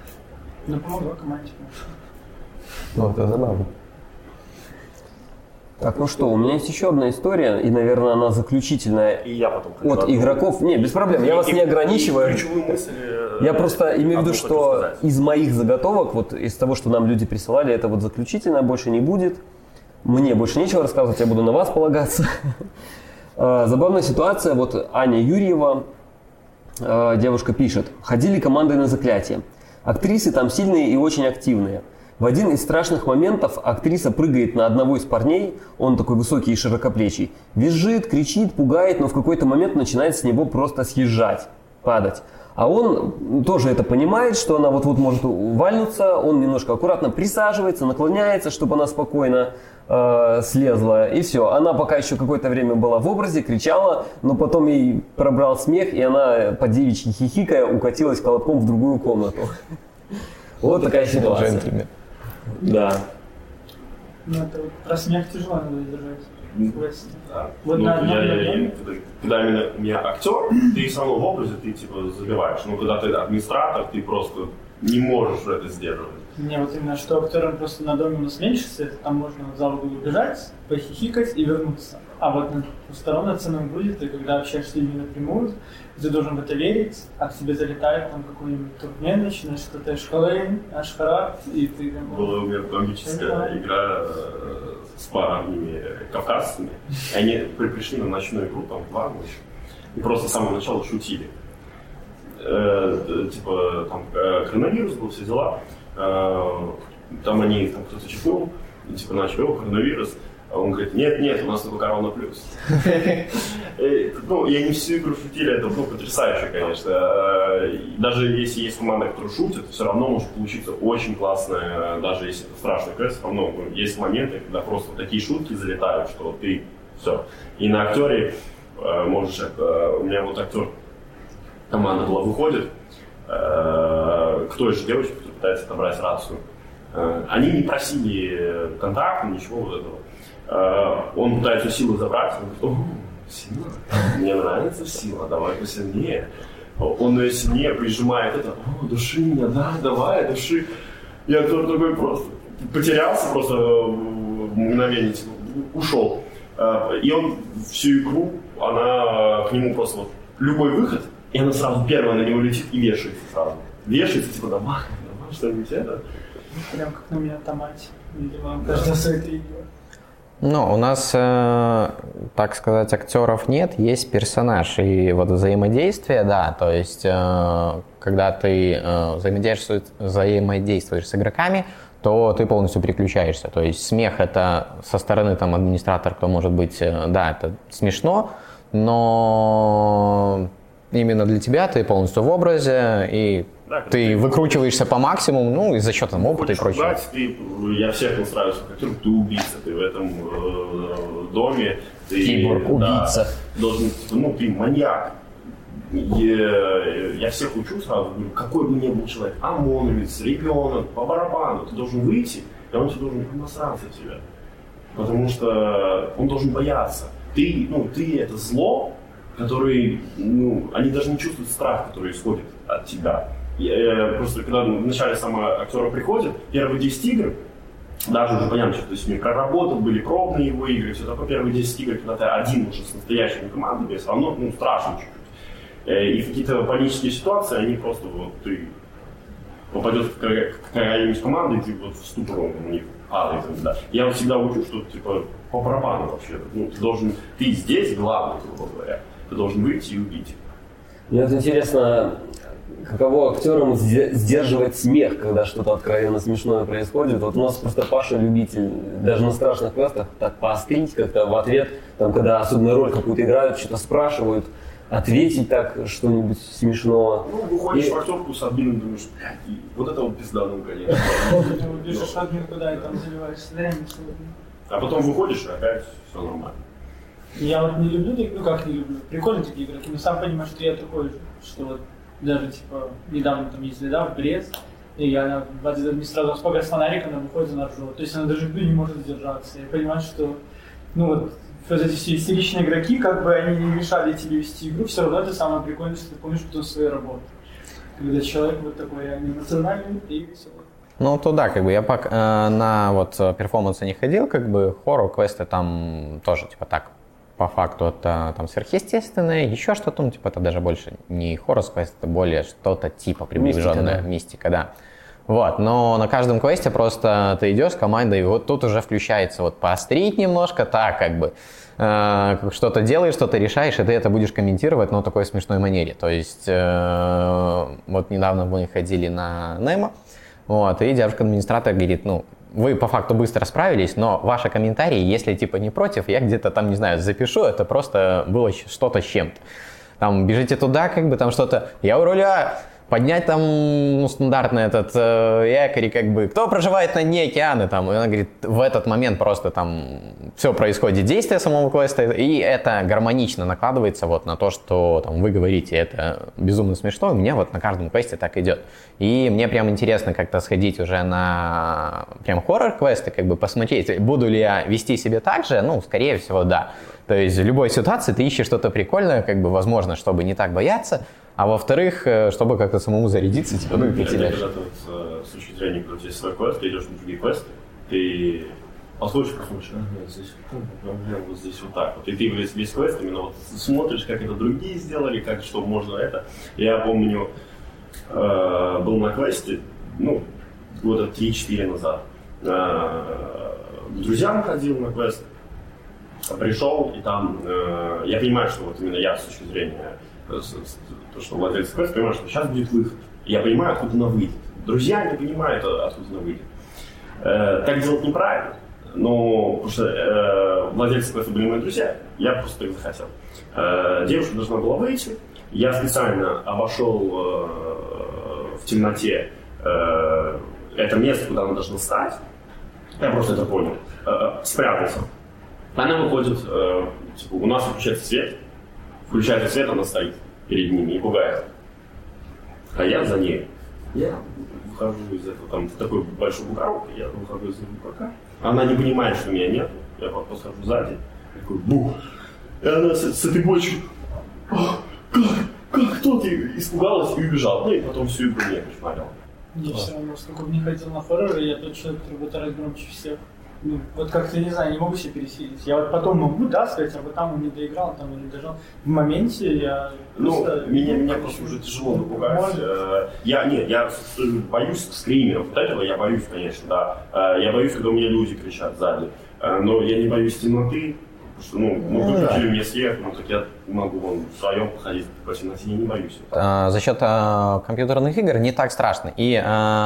Но помогло команде. Ну, это забавно. Так, ну что, у меня есть еще одна история, и, наверное, она заключительная И я потом хочу от одну. игроков. Не, без проблем, я вас не ограничиваю. Ключевую мысль, Я просто имею в виду, одну что хочу сказать. из моих заготовок, вот из того, что нам люди присылали, это вот заключительное, больше не будет. Мне больше нечего рассказывать, я буду на вас полагаться. Забавная ситуация, вот Аня Юрьева, девушка пишет. Ходили командой на заклятие. Актрисы там сильные и очень активные. В один из страшных моментов актриса прыгает на одного из парней, он такой высокий и широкоплечий, визжит, кричит, пугает, но в какой-то момент начинает с него просто съезжать, падать. А он тоже это понимает, что она вот-вот может вальнуться, он немножко аккуратно присаживается, наклоняется, чтобы она спокойно слезла, и все. Она пока еще какое-то время была в образе, кричала, но потом ей пробрал смех, и она по девичьи хихикая укатилась колобком в другую комнату. Вот такая ситуация. Джентльмен. Да. Ну, это вот про смех тяжело надо держать. Да. Вот Ну, на одном моменте. когда именно у меня актер, ты все равно в образе, ты типа забиваешь. Но когда ты администратор, ты просто не можешь это сдерживать. Не, вот именно, что актерам просто на доме у нас меньше, это там можно в зал убежать, похихикать и вернуться. А вот на двустороннем ценном будет, ты когда общаешься с людьми напрямую, ты должен в это верить, а к тебе залетает там какой-нибудь туркмен, начинаешь что-то Эшкалейн, Ашхарат, и ты... Была у меня комическая игра с парнями кавказцами. И они пришли на ночную игру, там, 2 ночи, и просто с самого начала шутили. Типа, там, коронавирус был, все дела. Там они, там кто-то чихнул, и, типа, начали, коронавирус. А он говорит, нет, у нас только корона плюс. Ну, и они всю игру шутили, это, потрясающе, конечно. Даже если есть команда, которая шутит, все равно может получиться очень классно, даже если это страшный квест, все равно есть моменты, когда просто такие шутки залетают, что ты все. И на актере можешь это... У меня вот актер, команда была, выходит к той же девочке, которая пытается отобрать рацию. Они не просили контракта, ничего вот этого. Он пытается силу забрать, он говорит, сила, мне нравится сила, давай посильнее. Он ее сильнее прижимает это, души меня, да, давай, души. И актер такой просто потерялся, просто в мгновение, типа, ушел. И он всю игру, она к нему просто вот любой выход, и она сразу первая на него летит и вешается сразу. Вешается, типа, давай, что-нибудь это. Прям как на меня томать, видимо, каждый свои 3 дня. Ну, у нас, так сказать, актеров нет, есть персонаж. И вот взаимодействие, да, то есть, когда ты взаимодействуешь с игроками, то ты полностью переключаешься. То есть смех это со стороны там администратора, кто может быть, да, это смешно, но именно для тебя ты полностью в образе, и да, ты выкручиваешься по максимуму, ну и за счет там, опыта и прочего. Я всех настраиваюсь, как ты убийца, ты в этом доме. Киборг, убийца. Да, должен, ну, ты маньяк. Я всех учу сразу, говорю, какой бы ни был человек, ОМОНовец, ребенок, по барабану, ты должен выйти, и он тебе должен насраться в тебя. Потому что он должен бояться. Ты это зло, который, они даже не чувствуют страх, который исходит от тебя. Просто когда в начале самого актера приходит, первые 10 игр, даже уже понятно, что ты с ними проработал, были пробные его игры, все такое, первые 10 игр, когда ты один уже с настоящими командами, все равно страшно чуть-чуть. И какие-то панические ситуации, они просто ты попадешь в какая-нибудь команда, и ты вот в ступор у них падает. Да. Я всегда учу, что типа по барабану вообще. Ты здесь главный, грубо говоря. Ты должен выйти и убить. Мне вот интересно, каково актерам сдерживать смех, когда что-то откровенно смешное происходит. Вот у нас просто Паша любитель, даже на страшных квестах, так поострить как-то в ответ, там, когда особенно роль какую-то играют, что-то спрашивают, ответить так что-нибудь смешного. Выходишь в актерку с админом, думаешь, вот это вот пизда, конечно. Бежишь админ куда и там заливаешься время. А потом выходишь, и опять все нормально. Я вот не люблю, как не люблю, прикольные такие игроки, но сам понимаешь, что я такой же, что вот даже типа недавно там ездили, да, в Брест, и она не сразу сколько с фонарика, она выходит, она ржет, то есть она даже не может сдержаться. Я понимаю, что вот эти все истеричные игроки, как бы они не мешали тебе вести игру, все равно это самое прикольное, что ты помнишь потом своей работы. Когда человек вот такой реально эмоциональный и веселый. Ну, то да, как бы я на вот перформансы не ходил, как бы хоррор-квесты там тоже, типа, так, по факту это там сверхъестественное, еще что-то, ну, типа, это даже больше не хоррор-квест, это более что-то типа приближенное, мистика, да. Вот, но на каждом квесте просто ты идешь с командой, и вот тут уже включается вот поострить немножко, так, как бы, что-то делаешь, что-то решаешь, и ты это будешь комментировать, но в такой смешной манере. То есть, вот недавно мы ходили на Немо, вот, и девушка-администратор говорит, ну, вы по факту быстро справились, но ваши комментарии, если типа не против, я где-то там, не знаю, запишу, это просто было что-то с чем-то. Там бежите туда, как бы там что-то, я у руля, поднять там, ну, стандартный этот якорь, как бы, кто проживает на дне океана, там, и она говорит, в этот момент просто там все происходит, действие самого квеста, и это гармонично накладывается вот на то, что там вы говорите, это безумно смешно, у меня вот на каждом квесте так идет. И мне прям интересно как-то сходить уже на прям хоррор-квесты, как бы посмотреть, буду ли я вести себя так же, ну, скорее всего, да. То есть в любой ситуации ты ищешь что-то прикольное, как бы, возможно, чтобы не так бояться, а во-вторых, чтобы как-то самому зарядиться, типа, ну и пойти дальше. Когда ты вот, с точки зрения, когда у тебя есть свой квест, ты идешь на другие квесты, ты послушаешь, здесь вот здесь вот так вот. И ты весь квест именно вот смотришь, как это другие сделали, как что можно это. Я помню, был на квесте, ну, года 3-4 назад. К друзьям ходил на квест, пришел, и там, я понимаю, что вот именно я с точки зрения, то, что владелец квеста, понимаю, что сейчас будет выход. Я понимаю, откуда она выйдет. Друзья не понимают, откуда она выйдет. Так делать неправильно, но потому что владельцы квеста были мои друзья, я просто так захотел. Девушка должна была выйти, я специально обошел в темноте это место, куда она должна встать, я просто это понял, спрятался. Она выходит, типа, у нас включается свет, она стоит перед ними и пугает. А я за ней. Я выхожу из этого, там, в такой большой бугорок, я выхожу из этого бугорка. Она не понимает, что меня нет, я подхожу сзади, такой бух. И она с этой бочкой, как кто ты? Испугалась и убежала. Ну и потом всю игру меня кошмарила. Я все равно, сколько бы не ходил на хорроры, я тот человек, который будет орать громче всех. Ну, вот как-то, не знаю, не могу себе пересилить. Я вот потом могу, да, сказать, а вот там он не доиграл, там он не дожал. В моменте я просто... Ну, меня просто уже тяжело напугать. Я боюсь скримеров. Вот этого я боюсь, конечно, да. Я боюсь, когда у меня люди кричат сзади. Но я не боюсь темноты. Потому что, выключили мне свет, так я могу вон вдвоем походить по темноте, я не боюсь. За счет компьютерных игр не так страшно. И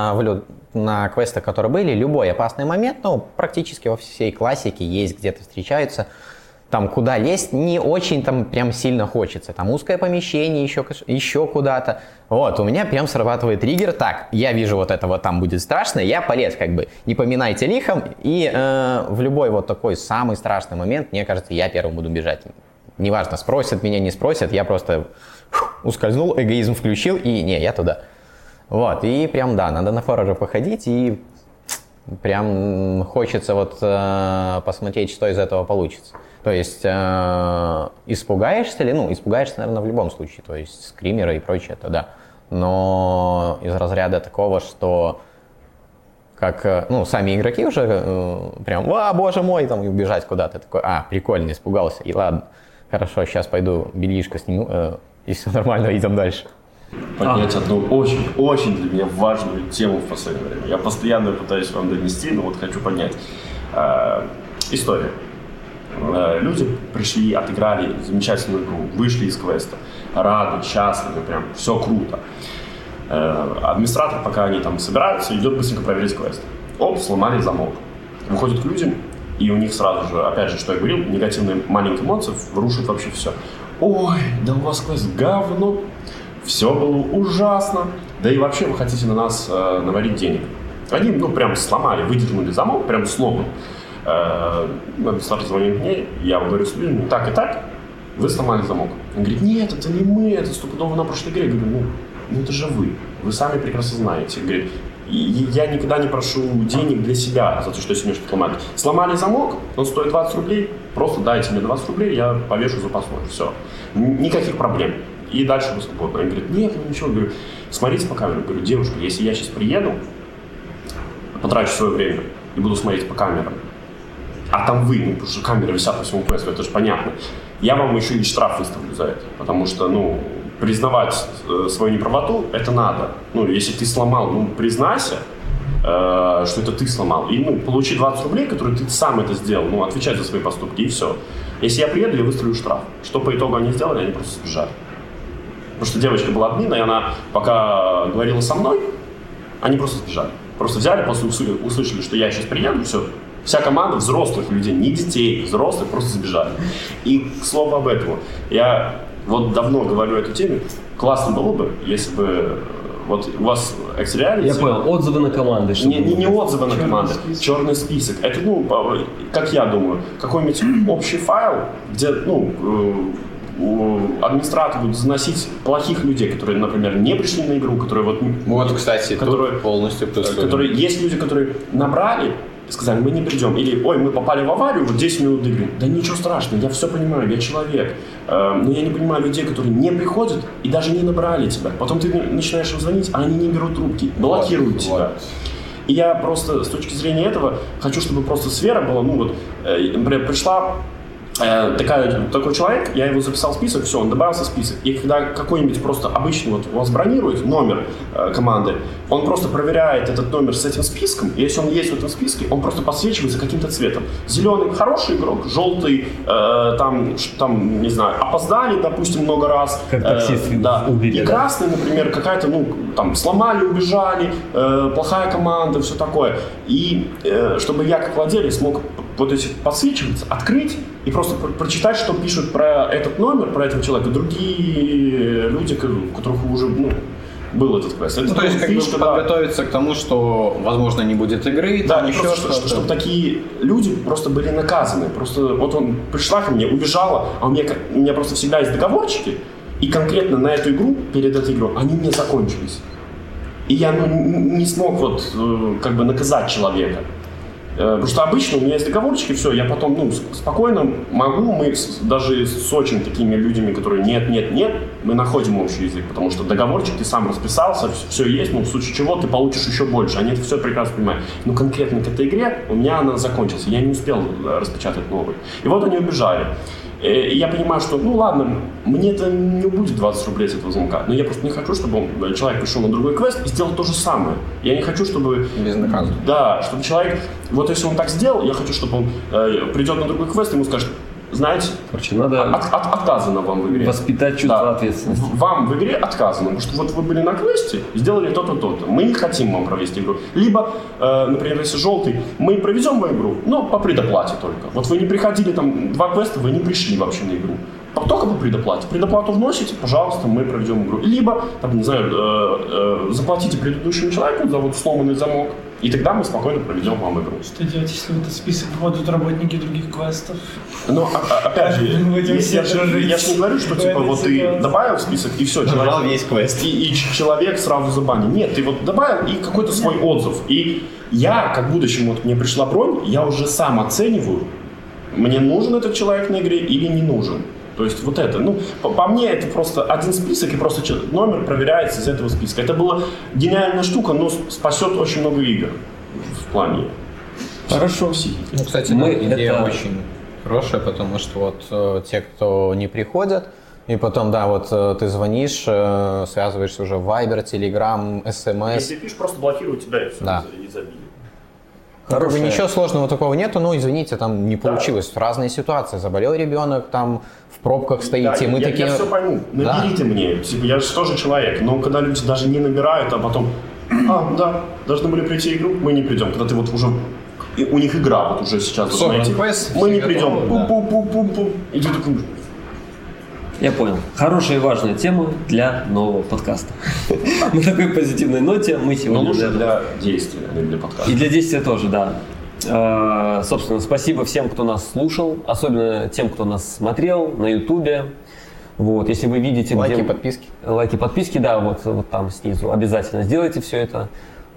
на квестах, которые были, любой опасный момент, ну, практически во всей классике есть, где-то встречаются, там, куда лезть не очень там прям сильно хочется. Там узкое помещение, еще куда-то. Вот, у меня прям срабатывает триггер. Так, я вижу вот это вот там будет страшно, я полез, как бы, не поминайте лихом. И в любой вот такой самый страшный момент, мне кажется, я первым буду бежать. Неважно, спросят меня, не спросят, я просто ускользнул, эгоизм включил, и не, я туда. Вот, и прям, да, надо на хорроры походить, и прям хочется вот посмотреть, что из этого получится. То есть испугаешься ли? Ну, испугаешься, наверное, в любом случае. То есть скримеры и прочее, это да. Но из разряда такого, что как, ну, сами игроки уже прям, боже мой, там, и убежать куда-то. Такой, прикольно, испугался. И ладно, хорошо, сейчас пойду бельишко сниму, и все нормально, идем дальше. Поднять одну очень для меня важную тему в последнее время. Я постоянно пытаюсь вам донести, но вот хочу поднять. История. Люди пришли, отыграли замечательную игру, вышли из квеста, рады, счастливы, прям все круто. Администратор, пока они там собираются, идет быстренько проверить квест. Сломали замок. Выходят к людям, и у них сразу же, опять же, что я говорил, негативные маленькие эмоции рушат вообще все. Ой, да у вас квест говно, все было ужасно, да и вообще вы хотите на нас навалить денег. Они, прям сломали, выдернули замок, прям сломан. Администратор звонит мне, я говорю с людьми, так и так, вы сломали замок. Он говорит, нет, это не мы, это стопудово на прошлой игре. Я говорю, это же вы сами прекрасно знаете. Говорит, я никогда не прошу денег для себя за то, что я сегодня что-то сломали. Сломали замок, он стоит 20 рублей, просто дайте мне 20 рублей, я повешу запасной, все. Никаких проблем. И дальше вы свободны. Он говорит, нет, ничего. Я говорю, смотрите по камеру. Говорю, девушка, если я сейчас приеду, потрачу свое время и буду смотреть по камерам, а там вы, потому что камеры висят по всему квесту, это же понятно, я вам еще и штраф выставлю за это, потому что, признавать свою неправоту, это надо. Если ты сломал, признайся, что это ты сломал, и получи 20 рублей, которые ты сам это сделал, отвечай за свои поступки, и все. Если я приеду, я выставлю штраф. Что по итогу они сделали, они просто сбежали. Потому что девочка была админа, и она пока говорила со мной, они просто сбежали. Просто взяли, после услышали, что я сейчас приеду, все. Вся команда взрослых людей, не детей, взрослых, просто сбежали. И к слову об этом, я вот давно говорю эту тему, классно было бы, если бы вот у вас X-Reality... Я понял, отзывы на команды. Не отзывы на команды, черный список. Это, как я думаю, какой-нибудь общий файл, где, администратор будет заносить плохих людей, которые, например, не пришли на игру, которые кстати, которые полностью которые есть люди, которые набрали, сказали, мы не придем, или, ой, мы попали в аварию, 10 минут до игры. Да ничего страшного, я все понимаю, я человек. Но я не понимаю людей, которые не приходят и даже не набрали тебя. Потом ты начинаешь им звонить, а они не берут трубки, блокируют тебя. И я просто с точки зрения этого хочу, чтобы просто сфера была, например, пришла такой человек, я его записал в список, все, он добавился в список. И когда какой-нибудь просто обычный у вас бронирует номер команды, он просто проверяет этот номер с этим списком, и если он есть в этом списке, он просто подсвечивается каким-то цветом. Зеленый – хороший игрок, желтый, не знаю, опоздали, допустим, много раз. Как таксист убили. И красный, например, какая-то, сломали, убежали, плохая команда, все такое. И чтобы я, как владелец, мог вот эти подсвечиваться, открыть и просто прочитать, что пишут про этот номер, про этого человека другие люди, у которых уже был этот квест. То есть подготовиться к тому, что, возможно, не будет игры, да, еще что-то. Чтобы такие люди просто были наказаны. Просто вот он пришла ко мне, убежала, а у меня просто всегда есть договорчики, и конкретно на эту игру, перед этой игрой, они не закончились. И я не смог наказать человека. Потому что обычно у меня есть договорчики, все, я потом, спокойно могу, мы даже с очень такими людьми, которые нет, мы находим общий язык, потому что договорчик, ты сам расписался, все есть, в случае чего ты получишь еще больше, они это все прекрасно понимают. Но конкретно к этой игре у меня она закончилась, я не успел распечатать новую. И вот они убежали. И я понимаю, что, ладно, мне это не будет 20 рублей с этого звонка, но я просто не хочу, чтобы человек пришел на другой квест и сделал то же самое. Я не хочу, чтобы... Безнаказанно. Да, чтобы человек, вот если он так сделал, я хочу, чтобы он придет на другой квест и ему скажет, знаете, надо отказано вам в игре. Воспитать чувство ответственности. Вам в игре отказано, потому что вот вы были на квесте, сделали то-то, то-то. Мы не хотим вам провести игру. Либо, например, если желтый, мы проведем вам игру, но по предоплате только. Вот вы не приходили, 2 квеста, вы не пришли вообще на игру. Только по предоплате. Предоплату вносите, пожалуйста, мы проведем игру. Либо, заплатите предыдущему человеку за сломанный замок, и тогда мы спокойно проведем вам игру. Что делать, если в этот список входят работники других квестов? Но, опять же, я же не говорю, что ты добавил в список, и все, человек, весь квест. И человек сразу забанен. Нет, ты добавил и какой-то свой отзыв. И я, как будущему, мне пришла бронь, я уже сам оцениваю, мне нужен этот человек на игре или не нужен. То есть вот это, по мне это просто один список, и просто номер проверяется из этого списка. Это была гениальная штука, но спасет очень много игр в плане. Хорошо. Кстати, идея очень хорошая, потому что те, кто не приходят, и потом, ты звонишь, связываешься уже в Viber, Telegram, SMS. Если пишешь, просто блокируют тебя и все, и забили. Ничего сложного такого нету, извините, там не получилось. В разные ситуации. Заболел ребенок, в пробках стоите. Я все пойму. Наберите мне. Я же тоже человек. Но когда люди даже не набирают, а потом, должны были прийти игру, мы не придем. Когда ты уже, у них игра уже сейчас. Мы не придем. Пум-пум-пум-пум-пум. И ты такой... Я понял. Хорошая и важная тема для нового подкаста. На такой позитивной ноте мы сегодня... Но лучше для действия, а не для подкаста. И для действия тоже, да. Собственно, спасибо всем, кто нас слушал, особенно тем, кто нас смотрел на Ютубе. Если вы видите... Лайки, подписки. Лайки, подписки, да, вот там снизу. Обязательно сделайте все это.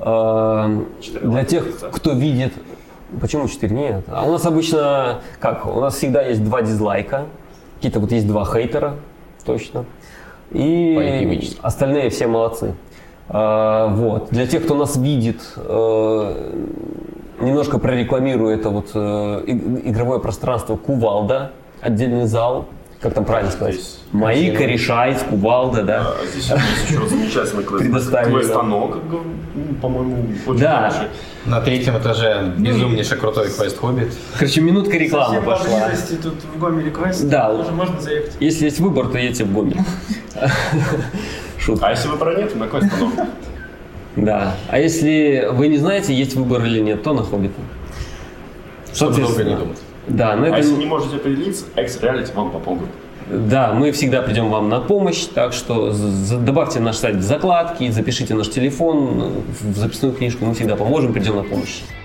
Для тех, кто видит... Почему 4? Нет. А у нас обычно... У нас всегда есть 2 дизлайка. Есть 2 хейтера, точно. И остальные все молодцы. Вот. Для тех, кто нас видит, немножко прорекламирую это вот игровое пространство Кувалда, отдельный зал. Как там правильно сказать? Мои корешай из Кувалда, да? Здесь есть еще замечательный квест-станок, по-моему, очень хороший. На 3-м этаже безумнейший крутой квест-хоббит. Короче, минутка рекламы совсем пошла. поблизости тут в Гомеле квест, да, тоже можно заехать. Если есть выбор, то едьте в Гомель. Шутка. А если выбора нет, на квест-станок. Да. А если вы не знаете, есть выбор или нет, то на Хоббита. Чтобы долго не думать. Да, но А это... если не можете определиться, X-Reality вам помогут. Да, мы всегда придем вам на помощь, так что добавьте наш сайт в закладки, запишите наш телефон в записную книжку, мы всегда поможем, придем на помощь.